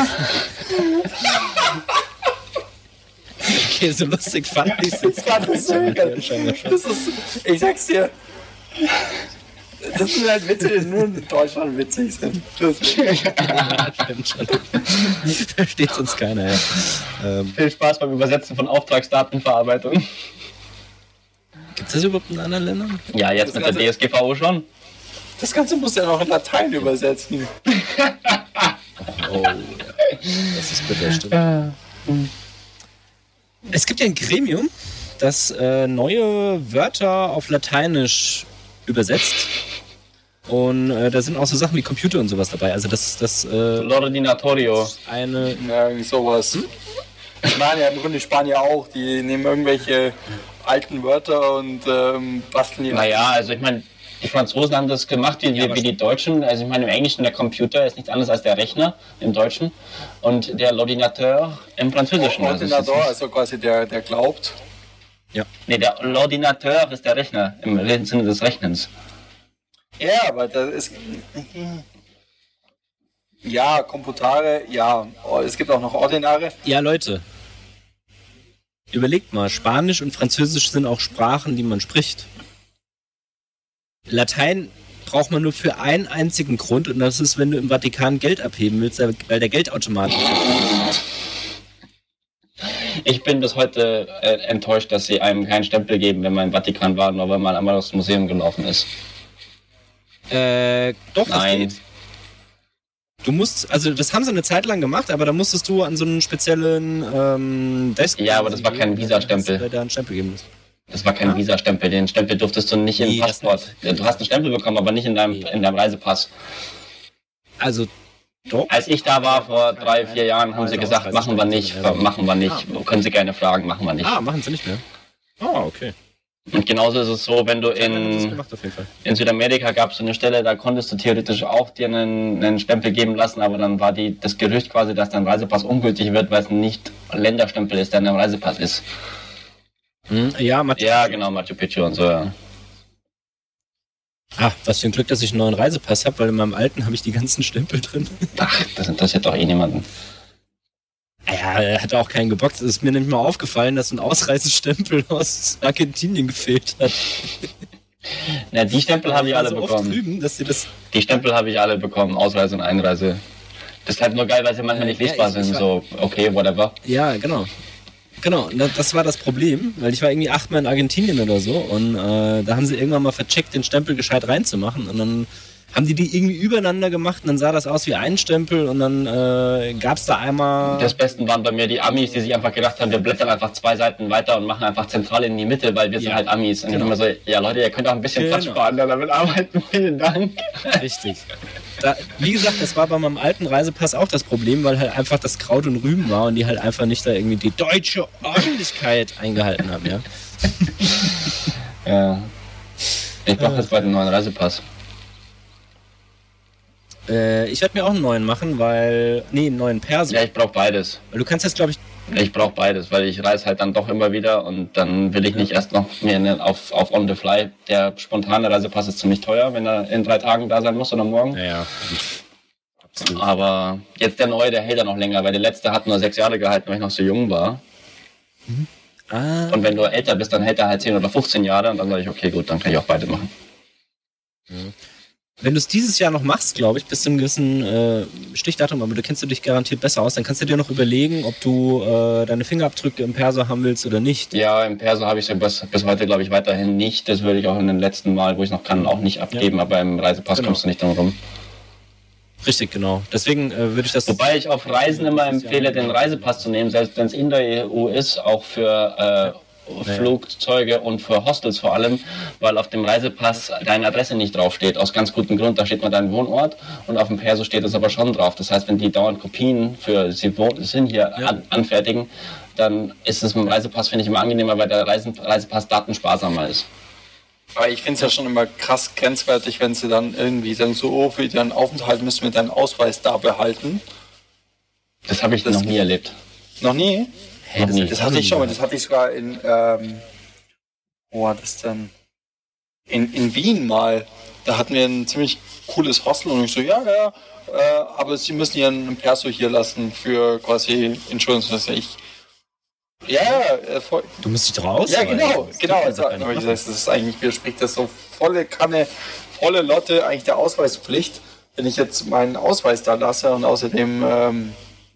Okay, so lustig fand ich es jetzt. Ich fand das so geil. Das ist, ich sag's dir, das sind halt Witze, die nur in Deutschland witzig sind. Das Ja, stimmt schon. Versteht sonst keiner, ja. Ähm, Viel Spaß beim Übersetzen von Auftragsdatenverarbeitung. Gibt es das überhaupt in anderen Ländern? Ja, jetzt Das mit der Ganze- D S G V O schon. Das Ganze muss ja noch in Latein übersetzen. Oh, ja. Das ist bitter, stimmt. Es gibt ja ein Gremium, das äh, neue Wörter auf Lateinisch übersetzt. Und äh, da sind auch so Sachen wie Computer und sowas dabei. Also das das äh, L'ordinatorio. eine... Ja, irgendwie sowas. Ich meine ja im Grunde Spanier auch. Die nehmen irgendwelche alten Wörter und ähm, basteln die. Naja, also ich meine, die Franzosen haben das gemacht wie, Ja, wie, wie die Deutschen. Also ich meine, im Englischen der Computer ist nichts anderes als der Rechner im Deutschen und der L'ordinateur im Französischen. Also es ist Ordinator, nicht- also quasi der, der glaubt. nee, der L'ordinateur ist der Rechner im Sinne des Rechnens. Ja, aber das ist. Ja, Computare, ja. Oh, es gibt auch noch Ordinare. Ja, Leute. Überlegt mal, Spanisch und Französisch sind auch Sprachen, die man spricht. Latein braucht man nur für einen einzigen Grund und das ist, wenn du im Vatikan Geld abheben willst, weil der Geldautomat nicht funktioniert. Ich bin bis heute äh, enttäuscht, dass sie einem keinen Stempel geben, wenn man im Vatikan war, nur weil man einmal aufs Museum gelaufen ist. Äh, doch, das Nein. geht. Du musst, also das haben sie eine Zeit lang gemacht, aber da musstest du an so einen speziellen ähm, Desk... Ja, aber das war kein Visa-Stempel. Dass du da einen Stempel geben musst. Das war kein Visa-Stempel. Den Stempel durftest du nicht im Nee, das Passport. Du hast einen Stempel bekommen, aber nicht in deinem, Nee. in deinem Reisepass. Also Doch? Als ich da war vor drei, vier Jahren, haben sie gesagt, machen wir nicht, machen wir nicht, können Sie gerne fragen, machen wir nicht. Ah, machen sie nicht mehr. Ah, okay. Und genauso ist es so, wenn du Das in, gemacht auf jeden Fall. in Südamerika gab es so eine Stelle, da konntest du theoretisch auch dir einen, einen Stempel geben lassen, aber dann war die, das Gerücht quasi, dass dein Reisepass ungültig wird, weil es nicht Länderstempel ist, der in deinem Reisepass ist. Hm, ja, Machu Ja, genau, Machu Picchu und so, ja. Ah, was für ein Glück, dass ich einen neuen Reisepass habe, weil in meinem alten habe ich die ganzen Stempel drin. Ach, das interessiert doch eh niemanden. Ja, er hat auch keinen gebockt. Es ist mir nämlich mal aufgefallen, dass ein Ausreisestempel aus Argentinien gefehlt hat. Na, die Stempel habe ich alle so oft bekommen. drüben, dass sie das Die Stempel habe ich alle bekommen, Ausreise und Einreise. Das ist halt nur geil, weil sie manchmal nicht Ja, lesbar ich- ich sind, war- so, okay, whatever. Ja, genau. Genau, und das war das Problem, weil ich war irgendwie achtmal in Argentinien oder so und äh, da haben sie irgendwann mal vercheckt, den Stempel gescheit reinzumachen und dann haben die die irgendwie übereinander gemacht und dann sah das aus wie ein Stempel und dann äh, gab es da einmal... Das Besten waren bei mir die Amis, die sich einfach gedacht haben, wir blättern einfach zwei Seiten weiter und machen einfach zentral in die Mitte, weil wir sind Ja, halt Amis. Und genau. ich immer so, ja Leute, ihr könnt auch ein bisschen Genau. Platz sparen, dann damit arbeiten, vielen Dank. Richtig. Da, wie gesagt, das war bei meinem alten Reisepass auch das Problem, weil halt einfach das Kraut und Rüben war und die halt einfach nicht da irgendwie die deutsche Ordentlichkeit eingehalten haben, ja. Ja. Ich brauche jetzt bald einen neuen Reisepass. Äh, ich werde mir auch einen neuen machen, weil... Nee, einen neuen Perso. Ja, ich brauche beides. Weil du kannst jetzt, glaube ich... Ich brauche beides, weil ich reise halt dann doch immer wieder und dann will ich nicht erst noch mir eine, auf, auf on the fly. Der spontane Reisepass ist ziemlich teuer, wenn er in drei Tagen da sein muss oder morgen. Naja, absolut. Aber jetzt der neue, der hält ja noch länger, weil der letzte hat nur sechs Jahre gehalten, weil ich noch so jung war. Ah, Und wenn du älter bist, dann hält er halt zehn oder fünfzehn Jahre und dann sage ich, okay, gut, dann kann ich auch beide machen. wenn du es dieses Jahr noch machst, glaube ich, bis zu einem gewissen äh, Stichdatum, aber du kennst du dich garantiert besser aus, dann kannst du dir noch überlegen, ob du äh, deine Fingerabdrücke im Perso haben willst oder nicht. Ja, im Perso habe ich sie bis, bis heute, glaube ich, weiterhin nicht. Das würde ich auch in den letzten Mal, wo ich noch kann, auch nicht abgeben, aber im Reisepass Genau. kommst du nicht drum rum. Richtig, genau. Deswegen äh, würde ich das... Wobei ich auf Reisen immer empfehle, den Reisepass zu nehmen, selbst wenn es in der E U ist, auch für äh, Flugzeuge und für Hostels vor allem, weil auf dem Reisepass deine Adresse nicht draufsteht, aus ganz gutem Grund. Da steht nur dein Wohnort und auf dem Perso steht es aber schon drauf. Das heißt, wenn die dauernd Kopien für sie wohnen, sind hier Ja. an, anfertigen, dann ist es mit dem Reisepass, finde ich, immer angenehmer, weil der Reisen, Reisepass datensparsamer ist. Aber ich finde es ja schon immer krass grenzwertig, wenn sie dann irgendwie sagen, so, oh, für deinen Aufenthalt müssen wir deinen Ausweis da behalten. Das habe ich Das- noch nie erlebt. Noch nie? Hey, noch nie. Das hatte ich schon mal, das hatte ich sogar in, ähm, wo war das denn? In, in Wien mal. Da hatten wir ein ziemlich cooles Hostel und ich so, ja, ja, äh, aber sie müssen ihren Perso hier lassen für quasi Insurance. Das ich, ja, ja, äh, voll, Du musst dich raus. ja, genau, Das genau. kann Also, doch keiner aber ich machen. gesagt, das ist eigentlich, mir spricht das so volle Kanne, volle Lotte, eigentlich der Ausweispflicht, wenn ich jetzt meinen Ausweis da lasse und außerdem ähm,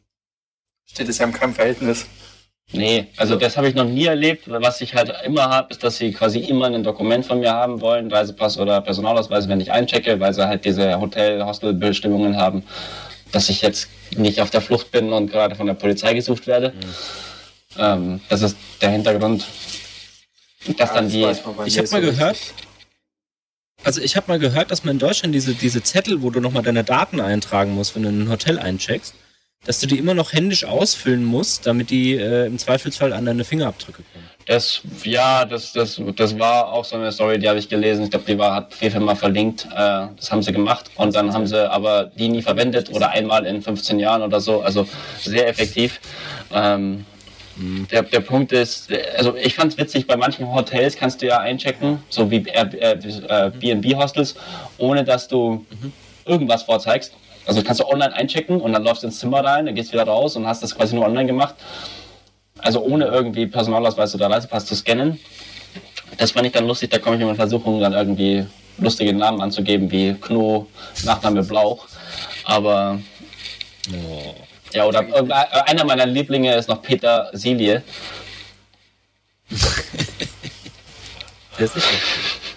steht es ja in keinem Verhältnis. Nee, also das habe ich noch nie erlebt. Was ich halt immer habe, ist, dass sie quasi immer ein Dokument von mir haben wollen, Reisepass oder Personalausweis, wenn ich einchecke, weil sie halt diese Hotel-Hostel-Bestimmungen haben, dass ich jetzt nicht auf der Flucht bin und gerade von der Polizei gesucht werde. Mhm. Ähm, das ist der Hintergrund. Dass dann die... Ich habe mal gehört, also ich habe mal gehört, dass man in Deutschland diese, diese Zettel, wo du nochmal deine Daten eintragen musst, wenn du in ein Hotel eincheckst, dass du die immer noch händisch ausfüllen musst, damit die äh, im Zweifelsfall an deine Fingerabdrücke kommen. Das, ja, das, das, das war auch so eine Story, die habe ich gelesen. Ich glaube, die war, hat Fefe mal verlinkt. Äh, das haben sie gemacht und dann haben sie aber die nie verwendet oder einmal in fünfzehn Jahren oder so. Also sehr effektiv. Ähm, der, der Punkt ist, also ich fand es witzig, bei manchen Hotels kannst du ja einchecken, so wie B und B-Hostels, ohne dass du irgendwas vorzeigst. Also kannst du online einchecken und dann läufst du ins Zimmer rein, dann gehst wieder raus und hast das quasi nur online gemacht. Also ohne irgendwie Personalausweis oder Reisepass zu scannen. Das fand ich dann lustig, da komme ich immer in Versuchung, dann irgendwie lustige Namen anzugeben, wie Kno, Nachname Blauch. Aber ja, oder äh, einer meiner Lieblinge ist noch Peter Silie. Der ist nicht schlecht.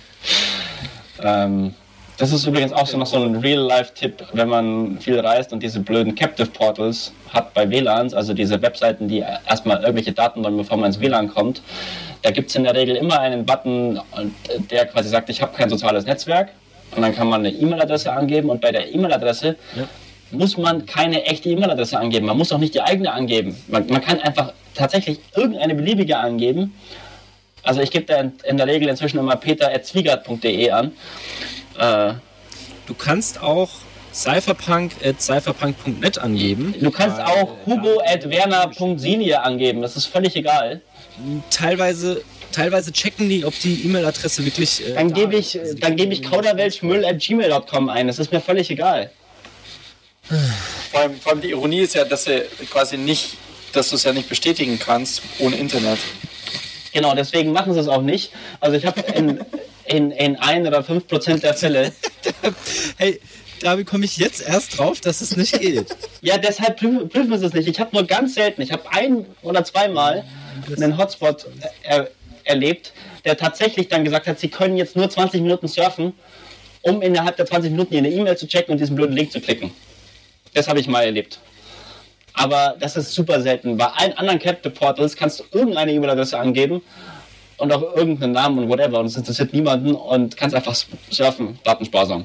Ähm, das ist übrigens auch so noch so ein Real-Life-Tipp, wenn man viel reist und diese blöden Captive Portals hat bei W L A Ns, also diese Webseiten, die erstmal irgendwelche Daten wollen, bevor man ins W L A N kommt. Da gibt es in der Regel immer einen Button, der quasi sagt, ich habe kein soziales Netzwerk. Und dann kann man eine E-Mail-Adresse angeben und bei der E-Mail-Adresse Ja. muss man keine echte E-Mail-Adresse angeben. Man muss auch nicht die eigene angeben. Man, man kann einfach tatsächlich irgendeine beliebige angeben. Also ich gebe da in, in der Regel inzwischen immer peter at zwiegert punkt de an. Äh, du kannst auch cypherpunk at cypherpunk punkt net angeben. Du kannst weil, auch hugo at werner punkt sinie angeben. Das ist völlig egal. Teilweise, teilweise checken die, ob die E-Mail-Adresse wirklich... Äh, Dann da gebe ich, ist. dann gebe ich kauderwelschmüll at gmail punkt com ein. Das ist mir völlig egal. Vor allem, vor allem die Ironie ist ja, dass du quasi nicht, dass du es ja nicht bestätigen kannst ohne Internet. Genau, deswegen machen sie es auch nicht. Also ich habe in, in, in ein oder fünf Prozent der Fälle... Hey, da komme ich jetzt erst drauf, dass es nicht geht. Ja, deshalb prüfen, prüfen sie es nicht. Ich habe nur ganz selten, ich habe ein oder zweimal einen Hotspot er, erlebt, der tatsächlich dann gesagt hat, sie können jetzt nur zwanzig Minuten surfen, um innerhalb der zwanzig Minuten ihre E-Mail zu checken und diesen blöden Link zu klicken. Das habe ich mal erlebt. Aber das ist super selten. Bei allen anderen Captive Portals kannst du irgendeine E-Mail-Adresse angeben und auch irgendeinen Namen und whatever und es interessiert niemanden und kannst einfach surfen, datensparsam.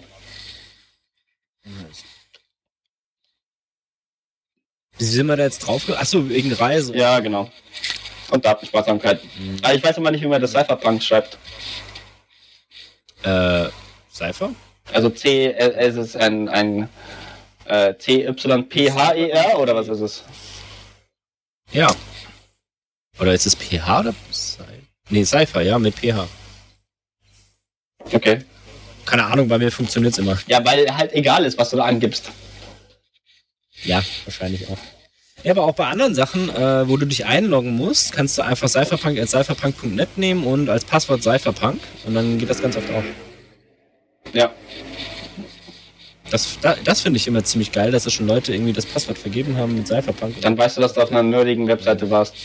Wie sind wir da jetzt drauf? Achso, wegen Reise. Ja, genau. Und Datensparsamkeit. Mhm. Aber ich weiß immer nicht, wie man das Cypherpunk schreibt. Äh, Cypher? Also C, äh, es ist ein, ein äh, C Y P H E R oder was ist es? Ja. Oder ist es P H oder Cypher? Nee, Cypher, ja, mit P H. Okay. Keine Ahnung, bei mir funktioniert es immer. Ja, weil halt egal ist, was du da angibst. Ja, wahrscheinlich auch. Ja, aber auch bei anderen Sachen, äh, wo du dich einloggen musst, kannst du einfach cypherpunk at cypherpunk punkt net nehmen und als Passwort cypherpunk und dann geht das ganz oft auf. Ja. Das, das, das finde ich immer ziemlich geil, dass da schon Leute irgendwie das Passwort vergeben haben mit Cypherpunk. Dann weißt du, dass du auf einer nerdigen Webseite warst.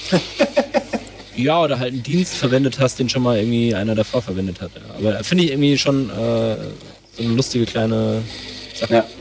Ja, oder halt einen Dienst verwendet hast, den schon mal irgendwie einer davor verwendet hat. Ja. Aber finde ich irgendwie schon äh, so eine lustige kleine Sache. Ja.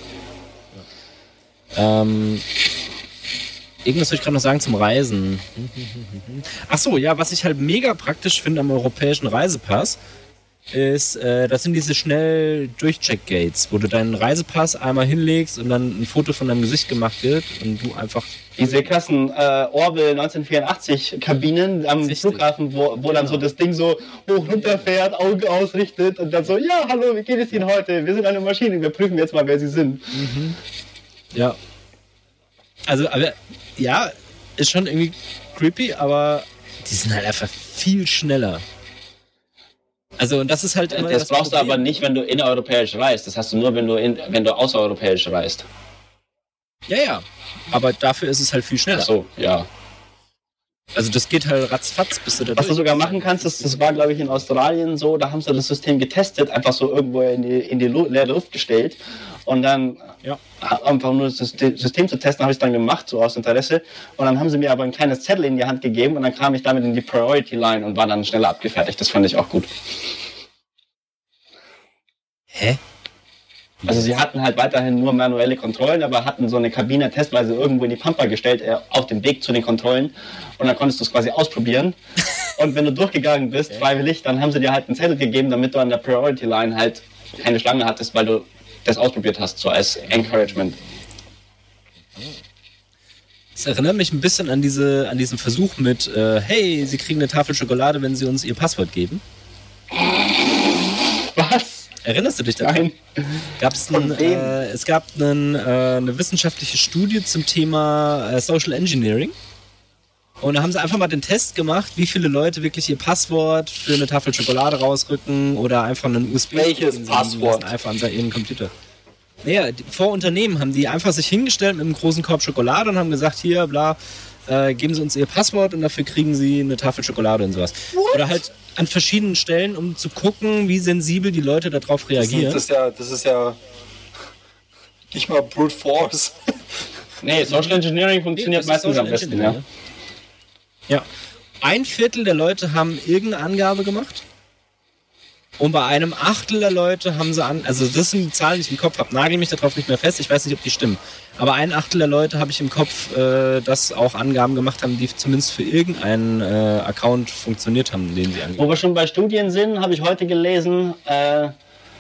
Ähm, irgendwas wollte ich gerade noch sagen zum Reisen. Ach so, ja, was ich halt mega praktisch finde am europäischen Reisepass, ist, äh, das sind diese schnell Durchcheck-Gates, wo du deinen Reisepass einmal hinlegst und dann ein Foto von deinem Gesicht gemacht wird und du einfach... Diese krassen äh, Orwell neunzehnhundertvierundachtzig Kabinen am Richtig. Flughafen, wo, wo dann so das Ding so hoch runterfährt, Augen ausrichtet und dann so, ja, hallo, wie geht es Ihnen heute? Wir sind eine Maschine, wir prüfen jetzt mal, wer Sie sind. Mhm. Ja. Also, aber, ja, ist schon irgendwie creepy, aber die sind halt einfach viel schneller. Also, und das ist halt immer Das, das brauchst Problem. du aber nicht, wenn du innereuropäisch reist. Das hast du nur, wenn du, in, wenn du außereuropäisch reist. Ja, ja. Aber dafür ist es halt viel schneller. Ach so, ja. Also, das geht halt ratzfatz, bis du da Was du durch sogar bist. machen kannst, das, das war, glaube ich, in Australien so, da haben sie das System getestet, einfach so irgendwo in die, in die Lu- leere Luft gestellt. Und dann Ja. einfach nur das System System zu testen, habe ich es dann gemacht, so aus Interesse. Und dann haben sie mir aber ein kleines Zettel in die Hand gegeben und dann kam ich damit in die Priority Line und war dann schneller abgefertigt. Das fand ich auch gut. Hä? Also sie hatten halt weiterhin nur manuelle Kontrollen, aber hatten so eine Kabine testweise irgendwo in die Pampa gestellt, äh, auf dem Weg zu den Kontrollen. Und dann konntest du es quasi ausprobieren. Und wenn du durchgegangen bist, Okay. freiwillig, dann haben sie dir halt einen Zettel gegeben, damit du an der Priority Line halt keine Schlange hattest, weil du das ausprobiert hast, so als Encouragement. Das erinnert mich ein bisschen an, diese, an diesen Versuch mit, äh, hey, Sie kriegen eine Tafel Schokolade, wenn Sie uns Ihr Passwort geben. Was? Erinnerst du dich daran? Nein. Gab's Von ein, wem? äh, es gab einen, äh, eine wissenschaftliche Studie zum Thema äh, Social Engineering. Und da haben sie einfach mal den Test gemacht, wie viele Leute wirklich ihr Passwort für eine Tafel Schokolade rausrücken oder einfach einen U S B. Welches stick Passwort? lassen, einfach an ihren Computer. Naja, die, vor Unternehmen haben die einfach sich hingestellt mit einem großen Korb Schokolade und haben gesagt, hier, bla, äh, geben Sie uns Ihr Passwort und dafür kriegen Sie eine Tafel Schokolade und sowas. What? Oder halt an verschiedenen Stellen, um zu gucken, wie sensibel die Leute darauf Das, reagieren. das, ist ja, das ist ja nicht mal Brute Force. Nee, Social Engineering funktioniert Das ist meistens Social am besten, Engineering, ja. Ja. Ein Viertel der Leute haben irgendeine Angabe gemacht. Und bei einem Achtel der Leute haben sie an, also das sind die Zahlen, die ich im Kopf habe, nagel mich darauf nicht mehr fest, ich weiß nicht, ob die stimmen. Aber ein Achtel der Leute habe ich im Kopf, äh, dass auch Angaben gemacht haben, die zumindest für irgendeinen äh, Account funktioniert haben, den sie angegeben Wo wir schon bei Studien sind, habe ich heute gelesen, äh,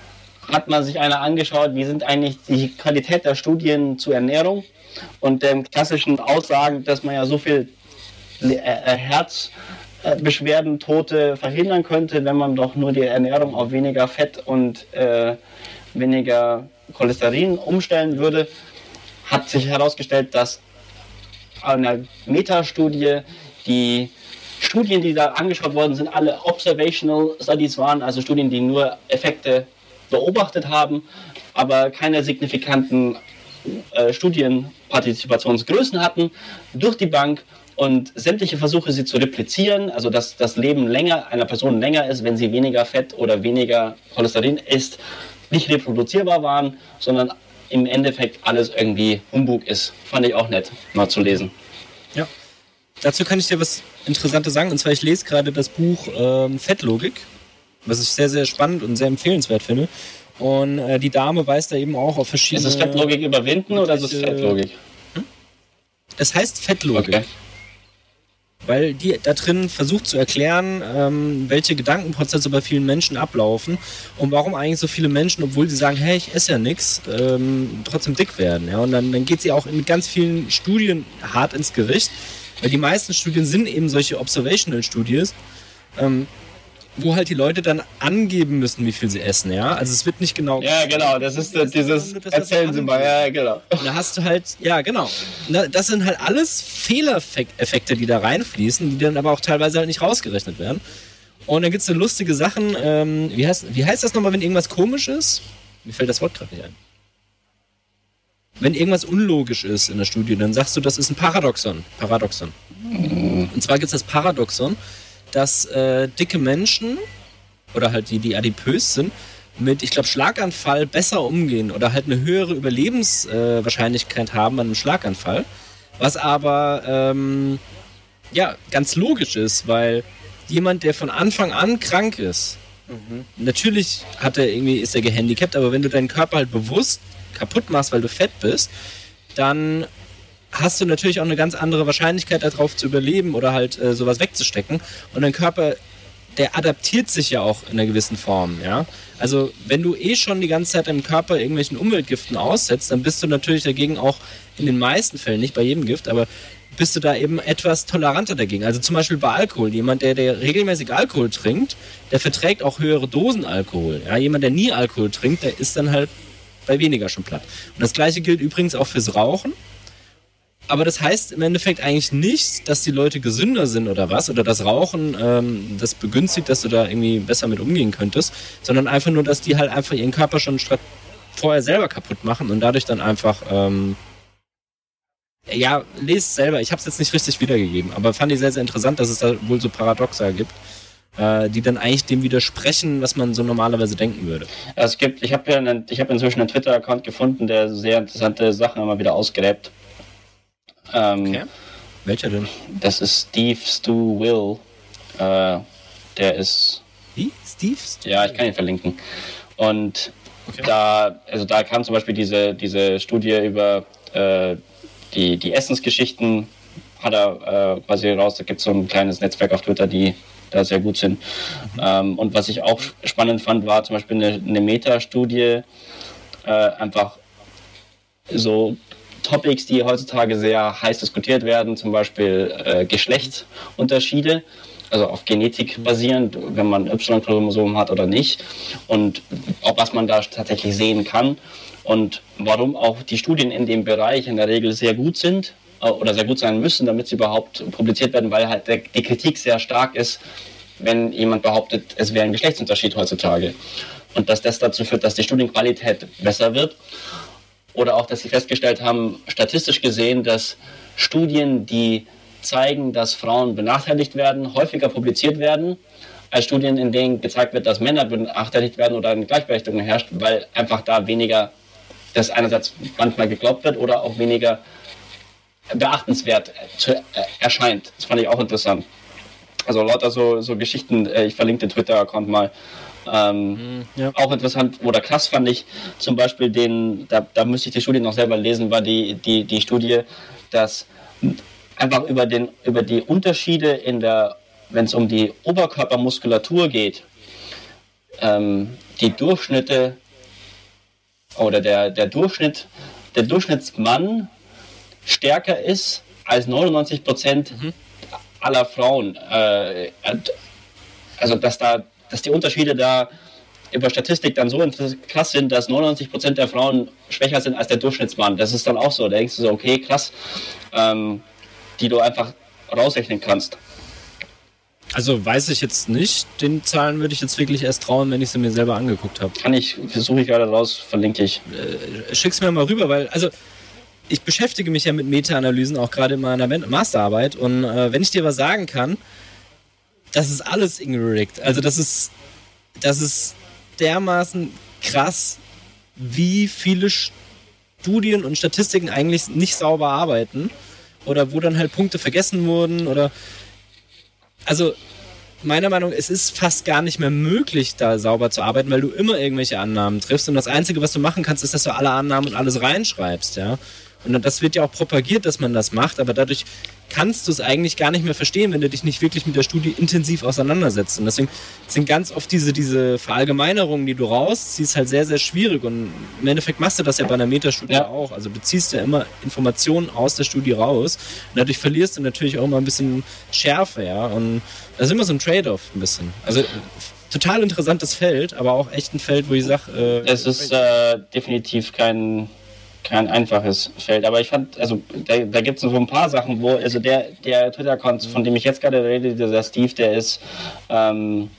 hat man sich einer angeschaut, wie sind eigentlich die Qualität der Studien zur Ernährung und den klassischen Aussagen, dass man ja so viel äh, Herzbeschwerden, Tote verhindern könnte, wenn man doch nur die Ernährung auf weniger Fett und äh, weniger Cholesterin umstellen würde, hat sich herausgestellt, dass eine Metastudie, die Studien, die da angeschaut worden sind, alle Observational Studies waren, also Studien, die nur Effekte beobachtet haben, aber keine signifikanten äh, Studienpartizipationsgrößen hatten, durch die Bank, und sämtliche Versuche, sie zu replizieren, also dass das Leben länger einer Person länger ist, wenn sie weniger Fett oder weniger Cholesterin isst, nicht reproduzierbar waren, sondern im Endeffekt alles irgendwie Humbug ist. Fand ich auch nett, mal zu lesen. Ja. Dazu kann ich dir was Interessantes sagen. Und zwar, ich lese gerade das Buch ähm, Fettlogik, was ich sehr, sehr spannend und sehr empfehlenswert finde. Und äh, die Dame weist da eben auch auf verschiedene... Ist es Fettlogik überwinden oder ist es Fettlogik? Hm? Es heißt Fettlogik. Okay. Weil die da drin versucht zu erklären, ähm, welche Gedankenprozesse bei vielen Menschen ablaufen und warum eigentlich so viele Menschen, obwohl sie sagen, hey, ich esse ja nichts, ähm, trotzdem dick werden. Ja? Und dann, dann geht sie auch mit ganz vielen Studien hart ins Gericht, weil die meisten Studien sind eben solche Observational-Studies, ähm, wo halt die Leute dann angeben müssen, wie viel sie essen, ja. Also es wird nicht genau... Ja, genau, das ist das dieses, das erzählen Sie mal, ja, genau. Und da hast du halt, ja, genau. Das sind halt alles Fehlereffekte, die da reinfließen, die dann aber auch teilweise halt nicht rausgerechnet werden. Und dann gibt es so lustige Sachen, ähm, wie, heißt, wie heißt das nochmal, wenn irgendwas komisch ist? Mir fällt das Wort gerade nicht ein. Wenn irgendwas unlogisch ist in der Studie, dann sagst du, das ist ein Paradoxon. Paradoxon. Mhm. Und zwar gibt es das Paradoxon, dass äh, dicke Menschen oder halt die, die adipös sind, mit, ich glaube, Schlaganfall besser umgehen oder halt eine höhere Überlebenswahrscheinlichkeit äh, haben bei einem Schlaganfall. Was aber ähm, ja ganz logisch ist, weil jemand, der von Anfang an krank ist, mhm. natürlich hat er irgendwie, ist er gehandicapt, aber wenn du deinen Körper halt bewusst kaputt machst, weil du fett bist, dann hast du natürlich auch eine ganz andere Wahrscheinlichkeit darauf zu überleben oder halt äh, sowas wegzustecken. Und dein Körper, der adaptiert sich ja auch in einer gewissen Form, ja. Also wenn du eh schon die ganze Zeit deinem Körper irgendwelchen Umweltgiften aussetzt, dann bist du natürlich dagegen auch in den meisten Fällen, nicht bei jedem Gift, aber bist du da eben etwas toleranter dagegen. Also zum Beispiel bei Alkohol. Jemand, der, der regelmäßig Alkohol trinkt, der verträgt auch höhere Dosen Alkohol. Ja, jemand, der nie Alkohol trinkt, der ist dann halt bei weniger schon platt. Und das Gleiche gilt übrigens auch fürs Rauchen. Aber das heißt im Endeffekt eigentlich nicht, dass die Leute gesünder sind oder was, oder das Rauchen ähm, das begünstigt, dass du da irgendwie besser mit umgehen könntest, sondern einfach nur, dass die halt einfach ihren Körper schon vorher selber kaputt machen und dadurch dann einfach, ähm, ja, lest selber, ich habe es jetzt nicht richtig wiedergegeben, aber fand ich sehr, sehr interessant, dass es da wohl so Paradoxa gibt, äh, die dann eigentlich dem widersprechen, was man so normalerweise denken würde. Also es gibt, ich habe ja einen, ich habe inzwischen einen Twitter-Account gefunden, der sehr interessante Sachen immer wieder ausgräbt. Ähm, okay. Welcher denn? Das ist Steve Stu Will. Äh, der ist. Wie? Steve? Stu ja, ich kann ihn verlinken. Und okay. da, also da kam zum Beispiel diese, diese Studie über äh, die, die Essensgeschichten, hat er äh, quasi raus. Da gibt es so ein kleines Netzwerk auf Twitter, die da sehr gut sind. Mhm. Ähm, und was ich auch spannend fand, war zum Beispiel eine, eine Meta-Studie, äh, einfach so Topics, die heutzutage sehr heiß diskutiert werden, zum Beispiel äh, Geschlechtsunterschiede, also auf Genetik basierend, wenn man Y-Chromosom hat oder nicht, und auch was man da tatsächlich sehen kann und warum auch die Studien in dem Bereich in der Regel sehr gut sind äh, oder sehr gut sein müssen, damit sie überhaupt publiziert werden, weil halt der, die Kritik sehr stark ist, wenn jemand behauptet, es wäre ein Geschlechtsunterschied heutzutage, und dass das dazu führt, dass die Studienqualität besser wird. Oder auch, dass sie festgestellt haben, statistisch gesehen, dass Studien, die zeigen, dass Frauen benachteiligt werden, häufiger publiziert werden, als Studien, in denen gezeigt wird, dass Männer benachteiligt werden oder eine Gleichberechtigung herrscht, weil einfach da weniger, das einerseits manchmal geglaubt wird oder auch weniger beachtenswert zu, äh, erscheint. Das fand ich auch interessant. Also lauter so, so Geschichten, äh, ich verlinke den Twitter-Account mal. Ähm, ja. Auch interessant oder krass fand ich zum Beispiel den, da, da müsste ich die Studie noch selber lesen, war die, die, die Studie, dass einfach über, den, über die Unterschiede in der, wenn es um die Oberkörpermuskulatur geht, ähm, die Durchschnitte oder der, der Durchschnitt, der Durchschnittsmann stärker ist als neunundneunzig Prozent mhm. aller Frauen. Äh, also dass da, dass die Unterschiede da über Statistik dann so krass sind, dass neunundneunzig Prozent der Frauen schwächer sind als der Durchschnittsmann. Das ist dann auch so. Da denkst du so, okay, krass, ähm, die du einfach rausrechnen kannst. Also weiß ich jetzt nicht. Den Zahlen würde ich jetzt wirklich erst trauen, wenn ich sie mir selber angeguckt habe. Kann ich, versuche ich gerade raus, verlinke ich. Äh, schick's mir mal rüber, weil, also ich beschäftige mich ja mit Meta-Analysen, auch gerade in meiner Masterarbeit. Und äh, wenn ich dir was sagen kann, das ist alles incorrect. Also das ist, das ist dermaßen krass, wie viele Studien und Statistiken eigentlich nicht sauber arbeiten. Oder wo dann halt Punkte vergessen wurden oder... Also, meiner Meinung nach, es ist fast gar nicht mehr möglich, da sauber zu arbeiten, weil du immer irgendwelche Annahmen triffst und das Einzige, was du machen kannst, ist, dass du alle Annahmen und alles reinschreibst, ja. Und das wird ja auch propagiert, dass man das macht, aber dadurch kannst du es eigentlich gar nicht mehr verstehen, wenn du dich nicht wirklich mit der Studie intensiv auseinandersetzt. Und deswegen sind ganz oft diese, diese Verallgemeinerungen, die du rausziehst, halt sehr, sehr schwierig. Und im Endeffekt machst du das ja bei einer Metastudie ja. auch. Also du ziehst ja immer Informationen aus der Studie raus. Und dadurch verlierst du natürlich auch immer ein bisschen Schärfe, ja. Und das ist immer so ein Trade-off ein bisschen. Also total interessantes Feld, aber auch echt ein Feld, wo ich sage... Äh, es ist äh, definitiv kein... kein einfaches Feld, aber ich fand, also da, da gibt es so ein paar Sachen, wo, also der, der Twitter-Account, von dem ich jetzt gerade rede, dieser Steve, der ist, ähm,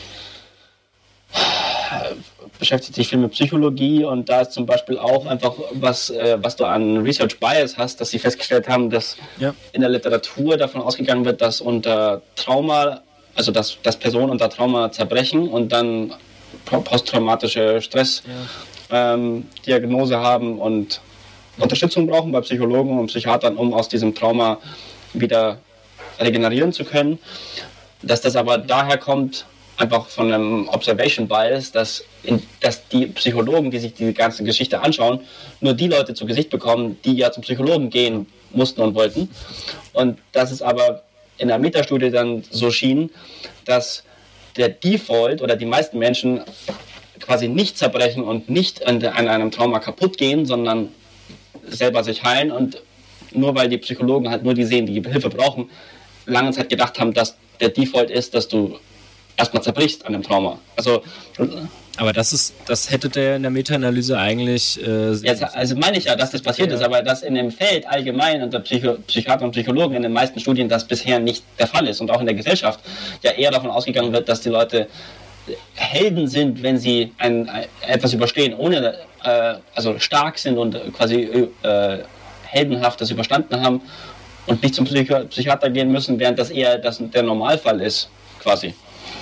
beschäftigt sich viel mit Psychologie und da ist zum Beispiel auch einfach was, äh, was du an Research Bias hast, dass sie festgestellt haben, dass ja. in der Literatur davon ausgegangen wird, dass unter Trauma, also dass, dass Personen unter Trauma zerbrechen und dann posttraumatische Stress ja. Ähm, Diagnose haben und Unterstützung brauchen bei Psychologen und Psychiatern, um aus diesem Trauma wieder regenerieren zu können. Dass das aber daher kommt, einfach von einem Observation Bias, dass, in, dass die Psychologen, die sich diese ganze Geschichte anschauen, nur die Leute zu Gesicht bekommen, die ja zum Psychologen gehen mussten und wollten. Und dass es aber in der Metastudie dann so schien, dass der Default oder die meisten Menschen quasi nicht zerbrechen und nicht an, an einem Trauma kaputt gehen, sondern selber sich heilen und nur weil die Psychologen halt nur die sehen, die Hilfe brauchen, lange Zeit gedacht haben, dass der Default ist, dass du erstmal zerbrichst an dem Trauma. Also, aber das ist, das hätte der in der Meta-Analyse eigentlich... Äh, jetzt, also meine ich ja, dass das passiert ja. ist, aber dass in dem Feld allgemein unter Psycho- Psychiater und Psychologen in den meisten Studien das bisher nicht der Fall ist und auch in der Gesellschaft ja eher davon ausgegangen wird, dass die Leute Helden sind, wenn sie ein, ein, etwas überstehen, ohne äh, also stark sind und quasi äh, heldenhaft das überstanden haben und nicht zum Psychi- Psychiater gehen müssen, während das eher das, der Normalfall ist, quasi.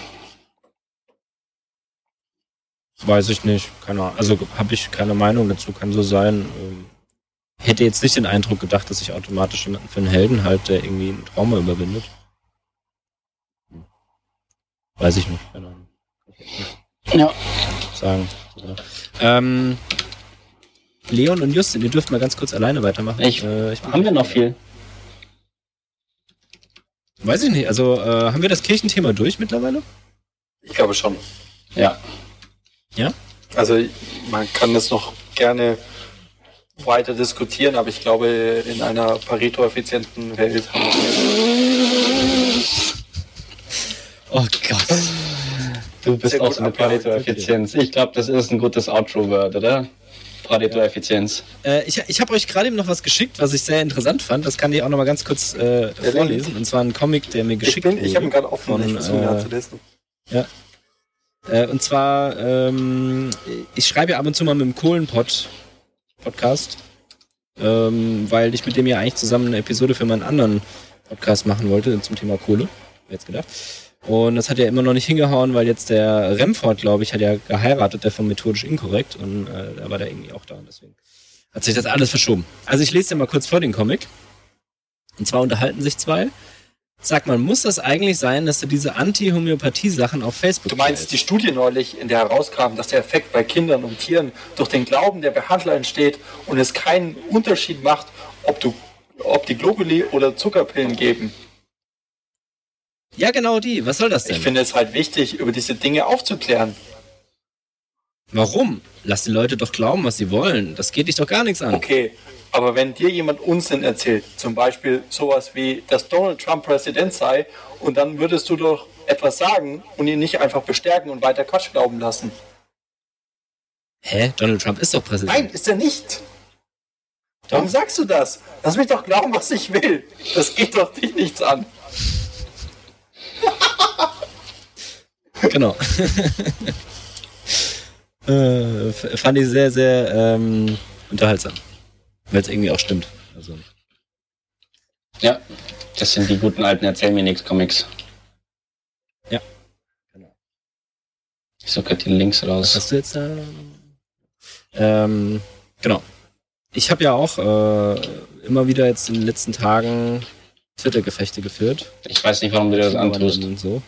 Weiß ich nicht, keine Ahnung. Also habe ich keine Meinung dazu, kann so sein. Ähm, hätte jetzt nicht den Eindruck gedacht, dass ich automatisch jemanden für einen Helden halte, der irgendwie ein Trauma überwindet. Weiß ich nicht, keine Ahnung. Ja. Sagen. Ähm, Leon und Justin, ihr dürft mal ganz kurz alleine weitermachen. Ich, äh, ich haben wir noch viel? Weiß ich nicht. Also äh, haben wir das Kirchenthema durch mittlerweile? Ich glaube schon. Ja. Ja? Also man kann das noch gerne weiter diskutieren, aber ich glaube, in einer Pareto-effizienten Welt haben wir... Oh Gott. Du bist Sehr auch so eine Pareto-Effizienz. Ich glaube, das ist ein gutes Outro-Word, oder? Pareto-Effizienz. Äh, ich ich habe euch gerade eben noch was geschickt, was ich sehr interessant fand. Das kann ich auch noch mal ganz kurz äh, vorlesen. Und zwar ein Comic, der mir geschickt ich bin, wurde. Ich habe ihn gerade offen, ich versuche ihn äh, zu lesen. Ja. Äh, und zwar, ähm, ich schreibe ja ab und zu mal mit dem Kohlenpott Podcast, ähm, weil ich mit dem ja eigentlich zusammen eine Episode für meinen anderen Podcast machen wollte zum Thema Kohle. Wer jetzt gedacht. Und das hat ja immer noch nicht hingehauen, weil jetzt der Remford, glaube ich, hat ja geheiratet, der von Methodisch Inkorrekt. Und äh, da war der irgendwie auch da. Und deswegen hat sich das alles verschoben. Also ich lese dir mal kurz vor den Comic. Und zwar unterhalten sich zwei. Sag mal, muss das eigentlich sein, dass du diese Anti-Homöopathie-Sachen auf Facebook Du meinst stellst? Die Studie neulich, in der herauskam, dass der Effekt bei Kindern und Tieren durch den Glauben der Behandler entsteht und es keinen Unterschied macht, ob, du, ob die Globuli oder Zuckerpillen geben? Ja, genau die. Was soll das denn? Ich finde es halt wichtig, über diese Dinge aufzuklären. Warum? Lass die Leute doch glauben, was sie wollen. Das geht dich doch gar nichts an. Okay, aber wenn dir jemand Unsinn erzählt, zum Beispiel sowas wie, dass Donald Trump Präsident sei, und dann würdest du doch etwas sagen und ihn nicht einfach bestärken und weiter Quatsch glauben lassen. Hä? Donald Trump ist doch Präsident. Nein, ist er nicht. Warum sagst du das? Lass mich doch glauben, was ich will. Das geht doch dich nichts an. Genau. äh, fand ich sehr, sehr ähm, unterhaltsam. Weil es irgendwie auch stimmt. Also. Ja, das sind die guten alten Erzähl mir nix Comics. Ja, genau. Ich suche die Links raus. Was hast du jetzt da? Ähm, genau. Ich habe ja auch äh, immer wieder jetzt in den letzten Tagen Twitter-Gefechte geführt. Ich weiß nicht, warum du dir das antust. Und so.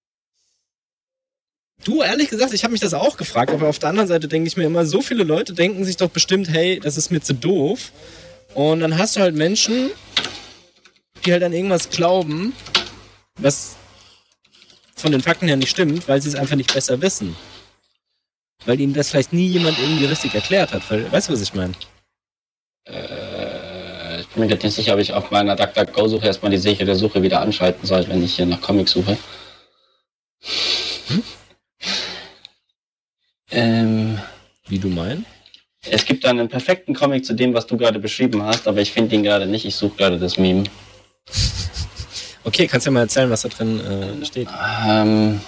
Du, ehrlich gesagt, ich habe mich das auch gefragt, aber auf der anderen Seite denke ich mir immer, so viele Leute denken sich doch bestimmt, hey, das ist mir zu doof. Und dann hast du halt Menschen, die halt an irgendwas glauben, was von den Fakten her nicht stimmt, weil sie es einfach nicht besser wissen. Weil ihnen das vielleicht nie jemand irgendwie richtig erklärt hat. Weil, weißt du, was ich meine? Äh, ich bin mir gerade nicht sicher, ob ich auf meiner DuckDuckGo-Suche erstmal die sichere Suche wieder anschalten soll, wenn ich hier nach Comics suche. Hm? Ähm, Wie du meinst? Es gibt dann einen perfekten Comic zu dem, was du gerade beschrieben hast, aber ich finde ihn gerade nicht. Ich suche gerade das Meme. Okay, kannst du ja mal erzählen, was da drin äh, steht? Ähm...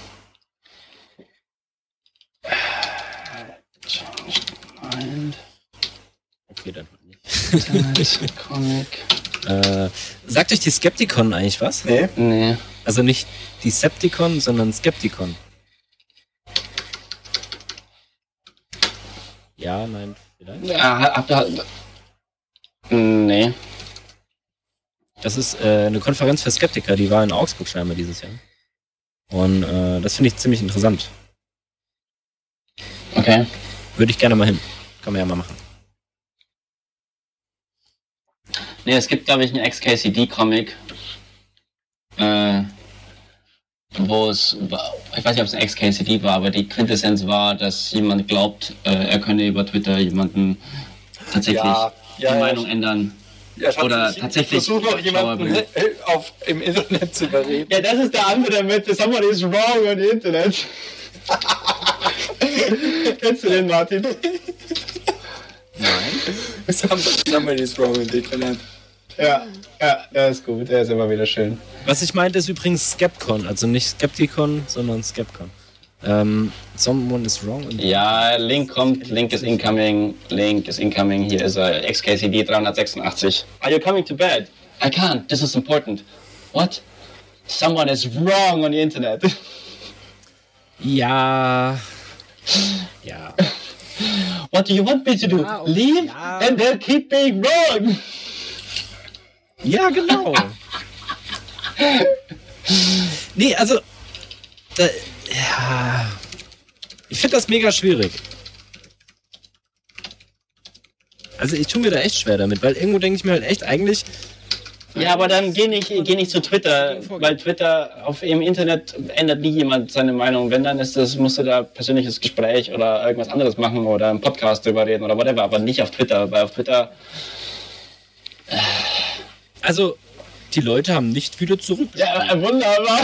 Okay, dann nicht. Comic. äh, sagt euch die Skepticon eigentlich was? Nee. Nee. Also nicht die Septicon, sondern Skepticon. Ja, nein, vielleicht. Ja, habt ihr... Nee. Das ist äh, eine Konferenz für Skeptiker, die war in Augsburg scheinbar dieses Jahr. Und äh, das finde ich ziemlich interessant. Okay. Würde ich gerne mal hin. Kann man ja mal machen. Nee, es gibt, glaube ich, einen X K C D-Comic, äh, wo es, ich weiß nicht, ob es ein X K C D war, aber die Quintessenz war, dass jemand glaubt, äh, er könne über Twitter jemanden tatsächlich Ja, ja, die ja, Meinung ich- ändern. Ja, Schatz, Oder ich tatsächlich versuche noch jemanden Schauerbühne. auf, im Internet zu überreden. Ja, das ist der andere mit Somebody is wrong on the Internet. Kennst du den, Martin? Nein. Somebody's wrong in the Internet. Ja, ja, der ist gut, der ist immer wieder schön. Was ich meinte, ist übrigens Skepcon. Also nicht Skepticon, sondern Skepcon. Ähm, someone is wrong. in the- Ja, Link kommt, Link is incoming, Link is incoming, hier ist er, X K C D dreihundertsechsundachtzig. Are you coming to bed? I can't, this is important. What? Someone is wrong on the Internet. Ja. Ja. What do you want me to do? Ja, okay, Leave? ja. And they'll keep being wrong. Ja, genau. Nee, also. Da, ja. Ich finde das mega schwierig. Also ich tue mir da echt schwer damit, weil irgendwo denke ich mir halt echt eigentlich. Ja, aber dann geh nicht, geh nicht zu Twitter, weil Twitter auf im Internet ändert nie jemand seine Meinung. Wenn, dann ist das, musst du da persönliches Gespräch oder irgendwas anderes machen oder einen Podcast drüber reden oder whatever, aber nicht auf Twitter, weil auf Twitter... Also, die Leute haben nicht wieder zurück. Ja, äh, wunderbar.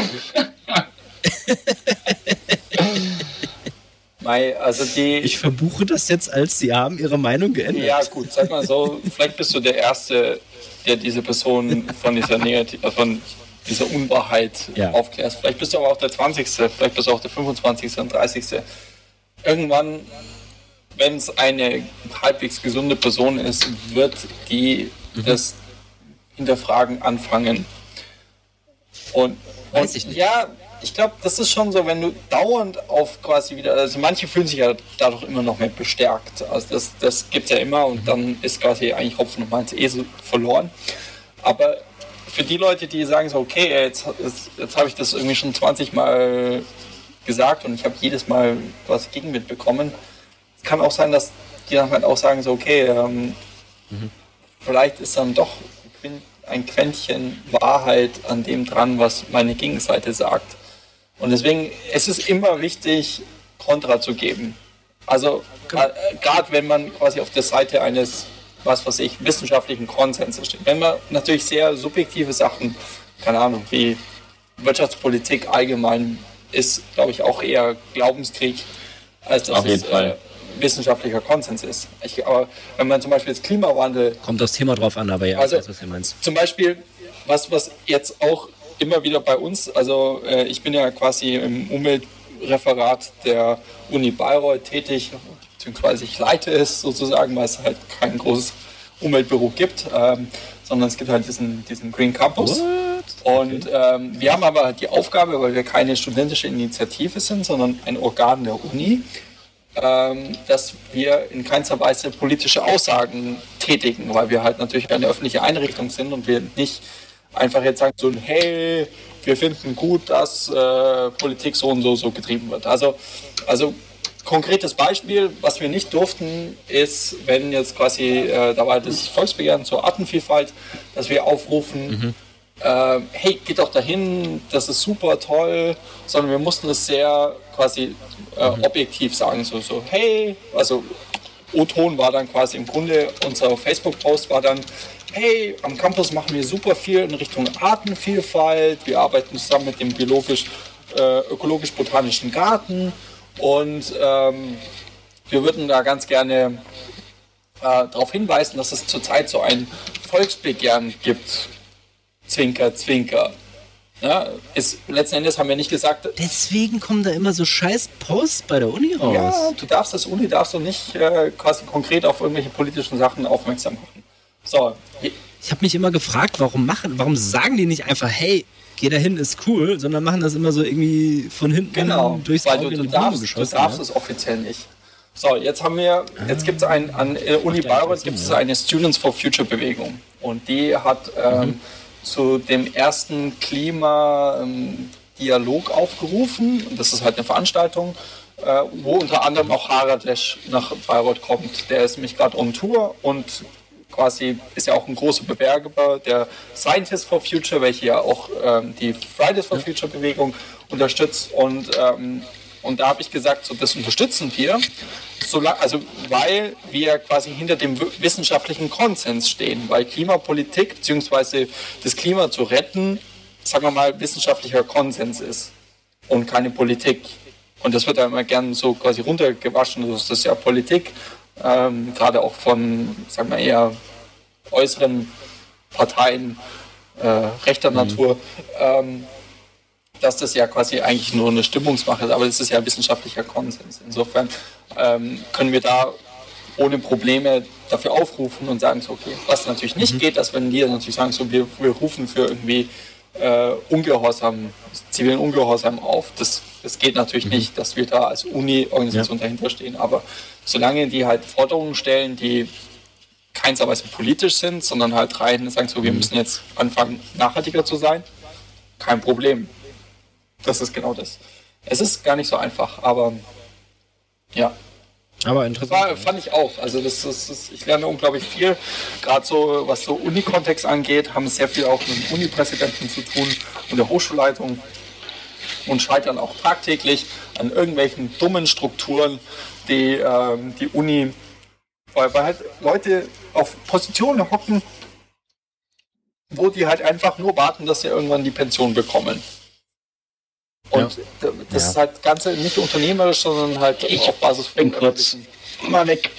Mei, also die. Ich verbuche das jetzt als, sie haben ihre Meinung geändert. Ja, gut, sag mal so, vielleicht bist du der Erste, der diese Person von dieser Negativ äh, von dieser Unwahrheit Ja. aufklärt. Vielleicht bist du aber auch der zwanzigste, vielleicht bist du auch der fünfundzwanzigste und dreißigste. Irgendwann, wenn es eine halbwegs gesunde Person ist, wird die Mhm. das Hinterfragen anfangen. Und, Weiß und ich nicht. ja, ich glaube, das ist schon so, wenn du dauernd auf quasi wieder, also manche fühlen sich ja dadurch immer noch mehr bestärkt. Also das, das gibt es ja immer und dann ist quasi eigentlich Hopfen und Malz eh so verloren. Aber für die Leute, die sagen so, okay, jetzt, jetzt, jetzt habe ich das irgendwie schon zwanzig Mal gesagt und ich habe jedes Mal quasi Gegenwind bekommen, es kann auch sein, dass die dann halt auch sagen so, okay, ähm, Mhm. vielleicht ist dann doch ein Quäntchen Wahrheit an dem dran, was meine Gegenseite sagt. Und deswegen, es ist immer wichtig, Kontra zu geben. Also äh, gerade wenn man quasi auf der Seite eines, was weiß ich, wissenschaftlichen Konsenses steht. Wenn man natürlich sehr subjektive Sachen, keine Ahnung, wie Wirtschaftspolitik allgemein ist, glaube ich, auch eher Glaubenskrieg, als dass Auf jeden es Fall. äh, wissenschaftlicher Konsens ist. Ich, aber wenn man zum Beispiel jetzt Klimawandel, Kommt aufs Thema drauf an, aber ja, Also- ich weiß, was du meinst. zum Beispiel, was, was jetzt auch immer wieder bei uns, also äh, ich bin ja quasi im Umweltreferat der Uni Bayreuth tätig, beziehungsweise ich leite es sozusagen, weil es halt kein großes Umweltbüro gibt, ähm, sondern es gibt halt diesen, diesen Green Campus. Und ähm, wir haben aber die Aufgabe, weil wir keine studentische Initiative sind, sondern ein Organ der Uni, ähm, dass wir in keinster Weise politische Aussagen tätigen, weil wir halt natürlich eine öffentliche Einrichtung sind und wir nicht einfach jetzt sagen so, hey, wir finden gut, dass äh, Politik so und so so getrieben wird. Also, also konkretes Beispiel, was wir nicht durften, ist, wenn jetzt quasi, äh, da war das Volksbegehren zur Artenvielfalt, dass wir aufrufen, Mhm. äh, hey, geht doch dahin, das ist super toll, sondern wir mussten es sehr quasi äh, Mhm. objektiv sagen, so, so, hey, also O-Ton war dann quasi im Grunde, unser Facebook-Post war dann, hey, am Campus machen wir super viel in Richtung Artenvielfalt, wir arbeiten zusammen mit dem biologisch, äh, ökologisch-botanischen Garten und ähm, wir würden da ganz gerne äh, darauf hinweisen, dass es zurzeit so ein Volksbegehren gibt. Zwinker, Zwinker. Ja, ist, letzten Endes haben wir nicht gesagt, Deswegen kommen da immer so scheiß Posts bei der Uni raus. ja, du darfst als Uni darfst du nicht äh, quasi konkret auf irgendwelche politischen Sachen aufmerksam machen. So, je- Ich habe mich immer gefragt, warum machen, warum sagen die nicht einfach, hey, geh dahin, ist cool, sondern machen das immer so irgendwie von hinten genau, durchs weil Auge du, in du die Blume darfst, du geschossen. darfst ja? es offiziell nicht. So, jetzt haben wir, jetzt gibt es ein, an der Uni Macht ja Bayreuth eigentlich gibt es Sinn, ja. eine Students for Future Bewegung und die hat ähm, Mhm. zu dem ersten Klima-Dialog aufgerufen. Das ist halt eine Veranstaltung, äh, wo unter anderem auch Harald nach Bayreuth kommt. Der ist nämlich gerade on Tour und quasi ist ja auch ein großer Bewerber der Scientists for Future, welche ja auch ähm, die Fridays for Future Bewegung unterstützt. Und, ähm, und da habe ich gesagt, so, das unterstützen wir, solang, also weil wir quasi hinter dem w- wissenschaftlichen Konsens stehen, weil Klimapolitik bzw. das Klima zu retten, sagen wir mal, wissenschaftlicher Konsens ist und keine Politik. Und das wird ja immer gern so quasi runtergewaschen, das ist ja Politik, ähm, gerade auch von, sagen wir eher äußeren Parteien äh, rechter Natur, ähm, dass das ja quasi eigentlich nur eine Stimmungsmache ist, aber das ist ja wissenschaftlicher Konsens. Insofern ähm, können wir da ohne Probleme dafür aufrufen und sagen, so, okay, was natürlich nicht geht, dass wenn die natürlich sagen, so, wir, wir rufen für irgendwie äh, Ungehorsam, zivilen Ungehorsam auf. Das, das geht natürlich nicht, dass wir da als Uni-Organisation Ja. dahinter stehen, aber solange die halt Forderungen stellen, die keinsterweise politisch sind, sondern halt rein sagen, so, wir müssen jetzt anfangen, nachhaltiger zu sein, kein Problem. Das ist genau das. Es ist gar nicht so einfach, aber ja, Aber war, interessant. fand ich auch. Also das ist, das, ich lerne unglaublich viel, gerade so was so Uni-Kontext angeht, haben sehr viel auch mit dem Uni-Präsidenten zu tun und der Hochschulleitung und scheitern auch tagtäglich an irgendwelchen dummen Strukturen, die ähm, die Uni, weil, weil halt Leute auf Positionen hocken, wo die halt einfach nur warten, dass sie irgendwann die Pension bekommen. Und Ja. d- das Ja. ist halt Ganze nicht unternehmerisch, sondern halt auf Basis von bin kurz. Mal weg.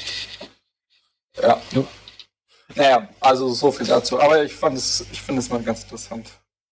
Ja. Jo. Naja, also so viel dazu. Aber ich fand es, ich finde es mal ganz interessant.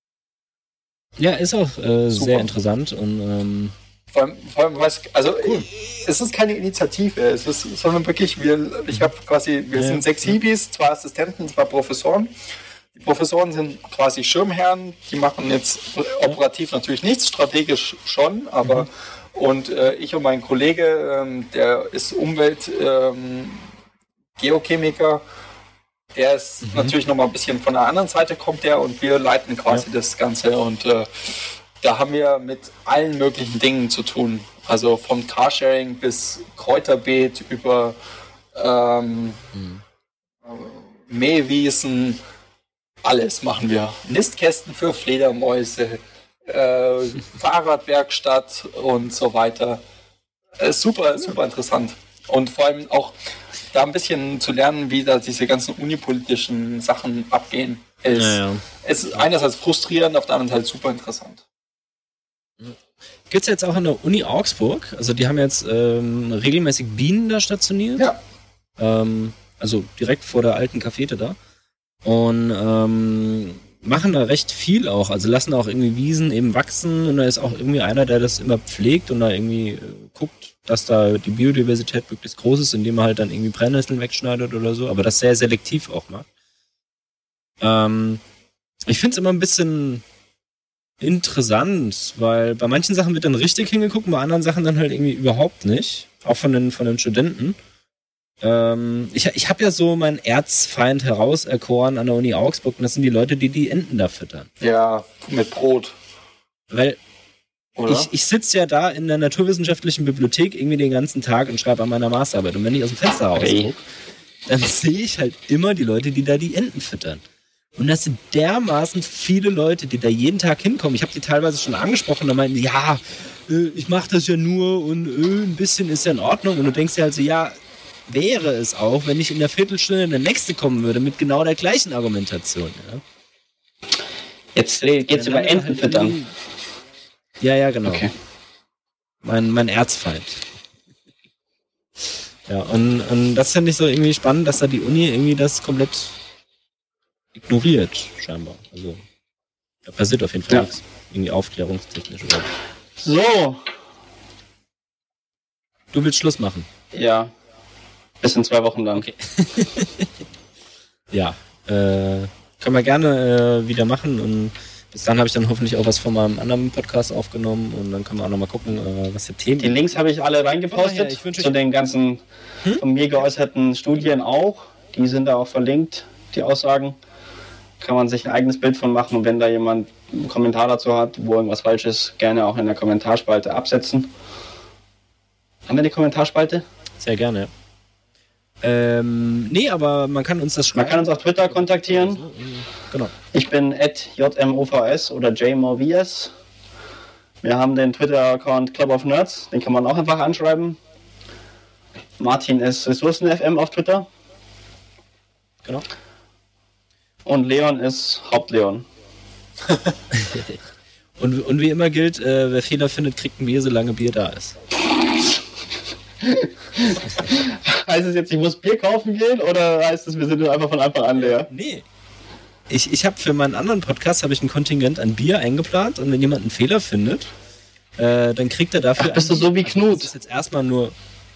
Ja, ist auch äh, Super. sehr interessant und ähm, Vor allem, vor allem weiß ich, also es ist keine Initiative, es ist, sondern wirklich, wir, ich habe quasi, wir Ja. sind sechs Hibis, zwei Assistenten, zwei Professoren. Die Professoren sind quasi Schirmherren, die machen jetzt operativ natürlich nichts, strategisch schon, aber Mhm. und äh, ich und mein Kollege, ähm, der ist Umwelt ähm, Geochemiker, der ist Mhm. natürlich nochmal ein bisschen von der anderen Seite kommt der und wir leiten quasi das Ganze und äh, da haben wir mit allen möglichen Dingen zu tun. Also vom Carsharing bis Kräuterbeet über ähm, Mähwiesen, alles machen wir. Nistkästen für Fledermäuse, äh, Fahrradwerkstatt und so weiter. Äh, super, super interessant. Und vor allem auch da ein bisschen zu lernen, wie da diese ganzen unipolitischen Sachen abgehen. Ist, Ja, ja. Es ist einerseits frustrierend, auf der anderen Seite super interessant. Gibt es jetzt auch an der Uni Augsburg? Also die haben jetzt ähm, regelmäßig Bienen da stationiert. Ja. Ähm, also direkt vor der alten Cafete da. Und ähm, machen da recht viel auch. Also lassen auch irgendwie Wiesen eben wachsen. Und da ist auch irgendwie einer, der das immer pflegt und da irgendwie äh, guckt, dass da die Biodiversität möglichst groß ist, indem er halt dann irgendwie Brennnesseln wegschneidet oder so. Aber das sehr selektiv auch macht. Ähm, ich finde es immer ein bisschen interessant, weil bei manchen Sachen wird dann richtig hingeguckt, bei anderen Sachen dann halt irgendwie überhaupt nicht. Auch von den, von den Studenten. Ähm, ich ich habe ja so meinen Erzfeind herauserkoren an der Uni Augsburg und das sind die Leute, die die Enten da füttern. Ja, mit Brot. Weil Oder? ich, ich sitze ja da in der naturwissenschaftlichen Bibliothek irgendwie den ganzen Tag und schreibe an meiner Masterarbeit. Und wenn ich aus dem Fenster rausgucke, Hey. dann sehe ich halt immer die Leute, die da die Enten füttern. Und das sind dermaßen viele Leute, die da jeden Tag hinkommen. Ich habe die teilweise schon angesprochen, da meinten die, ja, äh, ich mache das ja nur und äh, ein bisschen ist ja in Ordnung. Und du denkst dir halt so, ja, wäre es auch, wenn ich in der Viertelstunde der Nächste kommen würde mit genau der gleichen Argumentation. Ja? Jetzt geht's Dann über landet er Enten halt füttern. irgendwie- Ja, ja, genau. Okay. Mein, mein Erzfeind. Ja, und, und das finde ich so irgendwie spannend, dass da die Uni irgendwie das komplett ignoriert, scheinbar. Also, da passiert auf jeden Fall Ja. nichts. Irgendwie aufklärungstechnisch oder. So, Du willst Schluss machen. ja. Bis in zwei Wochen dann. Okay. Ja, äh, können wir gerne äh, wieder machen und bis dann habe ich dann hoffentlich auch was von meinem anderen Podcast aufgenommen und dann können wir auch nochmal gucken, äh, was für Themen. Die Links habe ich alle reingepostet, Oh ja, ich wünsche zu euch- den ganzen von mir geäußerten Studien auch. Die sind da auch verlinkt, die Aussagen. Kann man sich ein eigenes Bild von machen und wenn da jemand einen Kommentar dazu hat, wo irgendwas falsch ist, gerne auch in der Kommentarspalte absetzen. Haben wir die Kommentarspalte? Sehr gerne. Ähm, nee, aber man kann uns das schreiben. Man kann uns auf Twitter kontaktieren. Genau. Ich bin at J M O V S oder J M O V S. Wir haben den Twitter-Account Club of Nerds, den kann man auch einfach anschreiben. Martin ist Ressourcen-F M auf Twitter. Genau. Und Leon ist Hauptleon. Und, und wie immer gilt, äh, wer Fehler findet, kriegt ein Bier, solange Bier da ist. Heißt es jetzt, ich muss Bier kaufen gehen oder heißt es, wir sind einfach von Anfang an leer? Nee. Ich, ich habe für meinen anderen Podcast habe ich ein Kontingent an Bier eingeplant und wenn jemand einen Fehler findet, äh, dann kriegt er dafür. Ach, bist du ein so wie Bier. Knut? Das ist jetzt erstmal nur.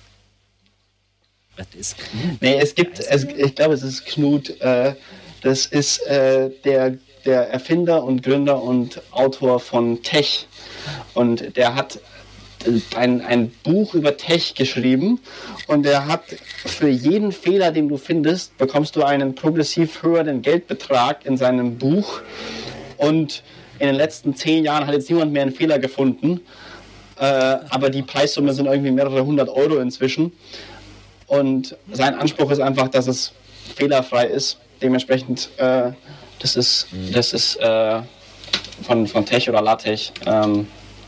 Was ist Knut? Nee, es gibt, es, ich glaube, es ist Knut. Äh, das ist äh, der, der Erfinder und Gründer und Autor von Tech. Und der hat ein, ein Buch über Tech geschrieben und der hat für jeden Fehler, den du findest, bekommst du einen progressiv höheren Geldbetrag in seinem Buch und in den letzten zehn Jahren hat jetzt niemand mehr einen Fehler gefunden, äh, aber die Preissumme sind irgendwie mehrere hundert Euro inzwischen und sein Anspruch ist einfach, dass es fehlerfrei ist, dementsprechend äh, das ist, das ist äh, von, von Tech oder LaTeX. Ähm,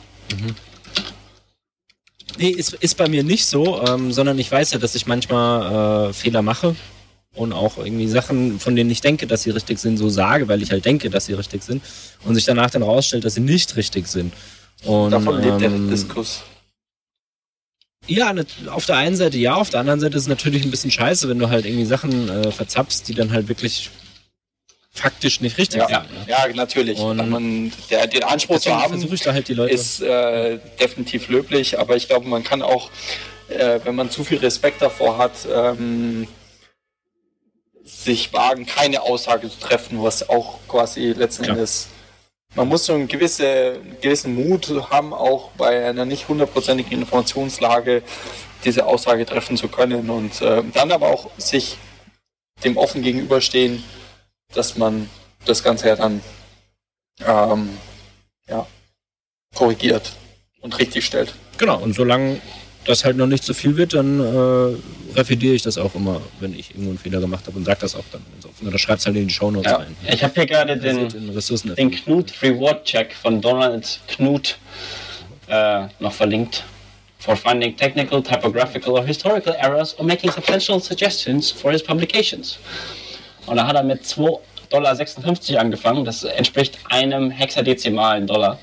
Nee, ist, ist bei mir nicht so, ähm, sondern ich weiß ja, dass ich manchmal äh, Fehler mache und auch irgendwie Sachen, von denen ich denke, dass sie richtig sind, so sage, weil ich halt denke, dass sie richtig sind und sich danach dann rausstellt, dass sie nicht richtig sind. Und, Davon lebt der ähm, Diskurs. Ja, ne- auf der einen Seite ja, auf der anderen Seite ist es natürlich ein bisschen scheiße, wenn du halt irgendwie Sachen äh, verzapfst, die dann halt wirklich faktisch nicht richtig Ja, sind. ja, natürlich. Und man, der, den Anspruch zu Deswegen haben, versuche ich da halt die Leute. ist äh, definitiv löblich, aber ich glaube, man kann auch, äh, wenn man zu viel Respekt davor hat, ähm, sich wagen, keine Aussage zu treffen, was auch quasi letzten Klar. Endes. Man muss so einen gewisse, einen gewissen Mut haben, auch bei einer nicht hundertprozentigen Informationslage diese Aussage treffen zu können und äh, dann aber auch sich dem offen gegenüberstehen, dass man das Ganze ja dann ähm, ja, korrigiert und richtig stellt. Genau, und solange das halt noch nicht so viel wird, dann äh, revidiere ich das auch immer, wenn ich irgendwo einen Fehler gemacht habe und sage das auch dann. Oder schreibe es halt in die Shownotes ja. rein. Ich habe hier gerade den, in Ressourcen den Knut Reward Check von Donald Knut äh, noch verlinkt. for finding technical, typographical or historical errors or making substantial suggestions for his publications. Und da hat er mit zwei Komma sechsundfünfzig Dollar angefangen, das entspricht einem hexadezimalen Dollar.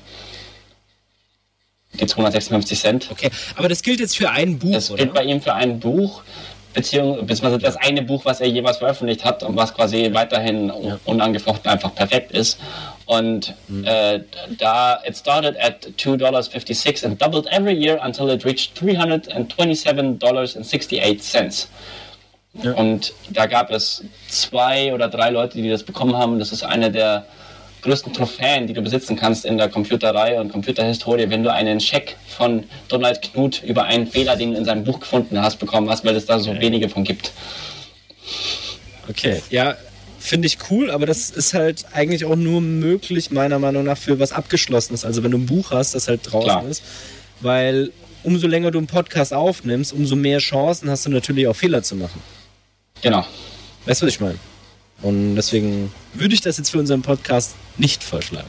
Die zweihundertsechsundfünfzig Cent. Okay, aber das gilt jetzt für ein Buch, das oder? gilt bei ihm für ein Buch, beziehungsweise, beziehungsweise das eine Buch, was er jemals veröffentlicht hat und was quasi weiterhin ja. unangefochten einfach perfekt ist. Und mhm. äh, da, it started at two dollars and fifty-six cents and doubled every year until it reached three hundred twenty-seven dollars and sixty-eight cents. Ja. Und da gab es zwei oder drei Leute, die das bekommen haben. Das ist eine der größten Trophäen, die du besitzen kannst in der Computerei und Computerhistorie, wenn du einen Scheck von Donald Knuth über einen Fehler, den du in seinem Buch gefunden hast, bekommen hast, weil es da so wenige von gibt. Okay, ja, finde ich cool, aber das ist halt eigentlich auch nur möglich, meiner Meinung nach, für was Abgeschlossenes. Also wenn du ein Buch hast, das halt draußen Klar. ist, weil umso länger du einen Podcast aufnimmst, umso mehr Chancen hast du natürlich auch Fehler zu machen. Genau. Weißt du, was ich meine? Und deswegen würde ich das jetzt für unseren Podcast nicht vorschlagen.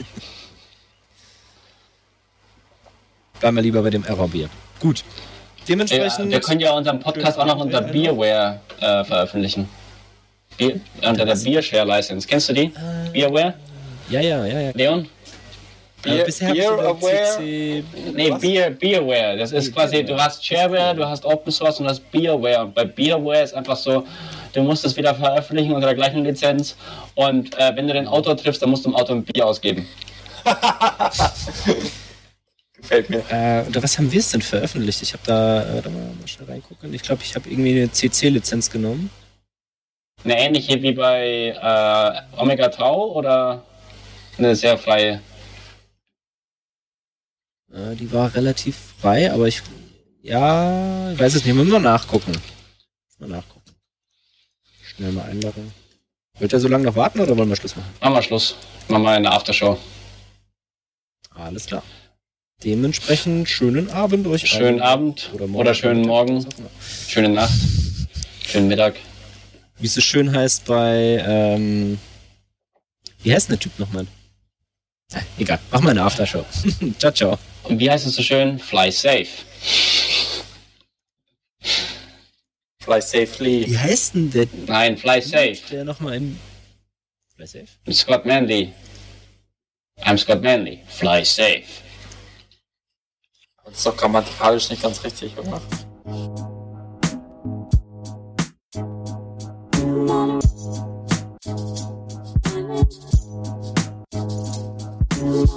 Bleiben wir lieber bei dem Errorbier. Gut. Dementsprechend. Ja, wir können ja unseren Podcast auch noch unter Beerware äh, veröffentlichen. Bier, unter der Beershare License. Kennst du die? Äh, Beerware? Ja, ja, ja, ja. Leon? Beer, äh, bisher Beerware? Nee, Beer, Beerware. Das ist quasi, du hast Shareware, du hast Open Source und du hast Beerware. Und bei Beerware ist einfach so, du musst es wieder veröffentlichen unter der gleichen Lizenz. Und äh, wenn du den Autor triffst, dann musst du dem Autor ein Bier ausgeben. Gefällt mir. Äh, oder was haben wir es denn veröffentlicht? Ich habe da, äh, da mal, mal schnell reingucken. Ich glaube, ich habe irgendwie eine C C-Lizenz genommen. Eine ähnliche wie bei äh, Omega Tau oder eine sehr freie? Äh, die war relativ frei, aber ich, ja, ich weiß es nicht. Müssen wir mal nachgucken. Mal nachgucken. Schnell mal einloggen. Wollt ihr so lange noch warten oder wollen wir Schluss machen? Machen wir Schluss. Machen wir eine Aftershow. Alles klar. Dementsprechend schönen Abend euch. Schönen Abend oder, oder schönen Morgen. Schöne Nacht. Schönen Mittag. Wie es so schön heißt bei, ähm, wie heißt der Typ nochmal? Ah, egal, mach mal eine Aftershow. Ciao, ciao. Und wie heißt es so schön? Fly safe. Fly safely. Wie heißt denn der? Nein, fly safe. Der nochmal im... Fly safe? Scott Manley. I'm Scott Manley. Fly safe. Das ist doch grammatikalisch nicht ganz richtig, oder? Thank you.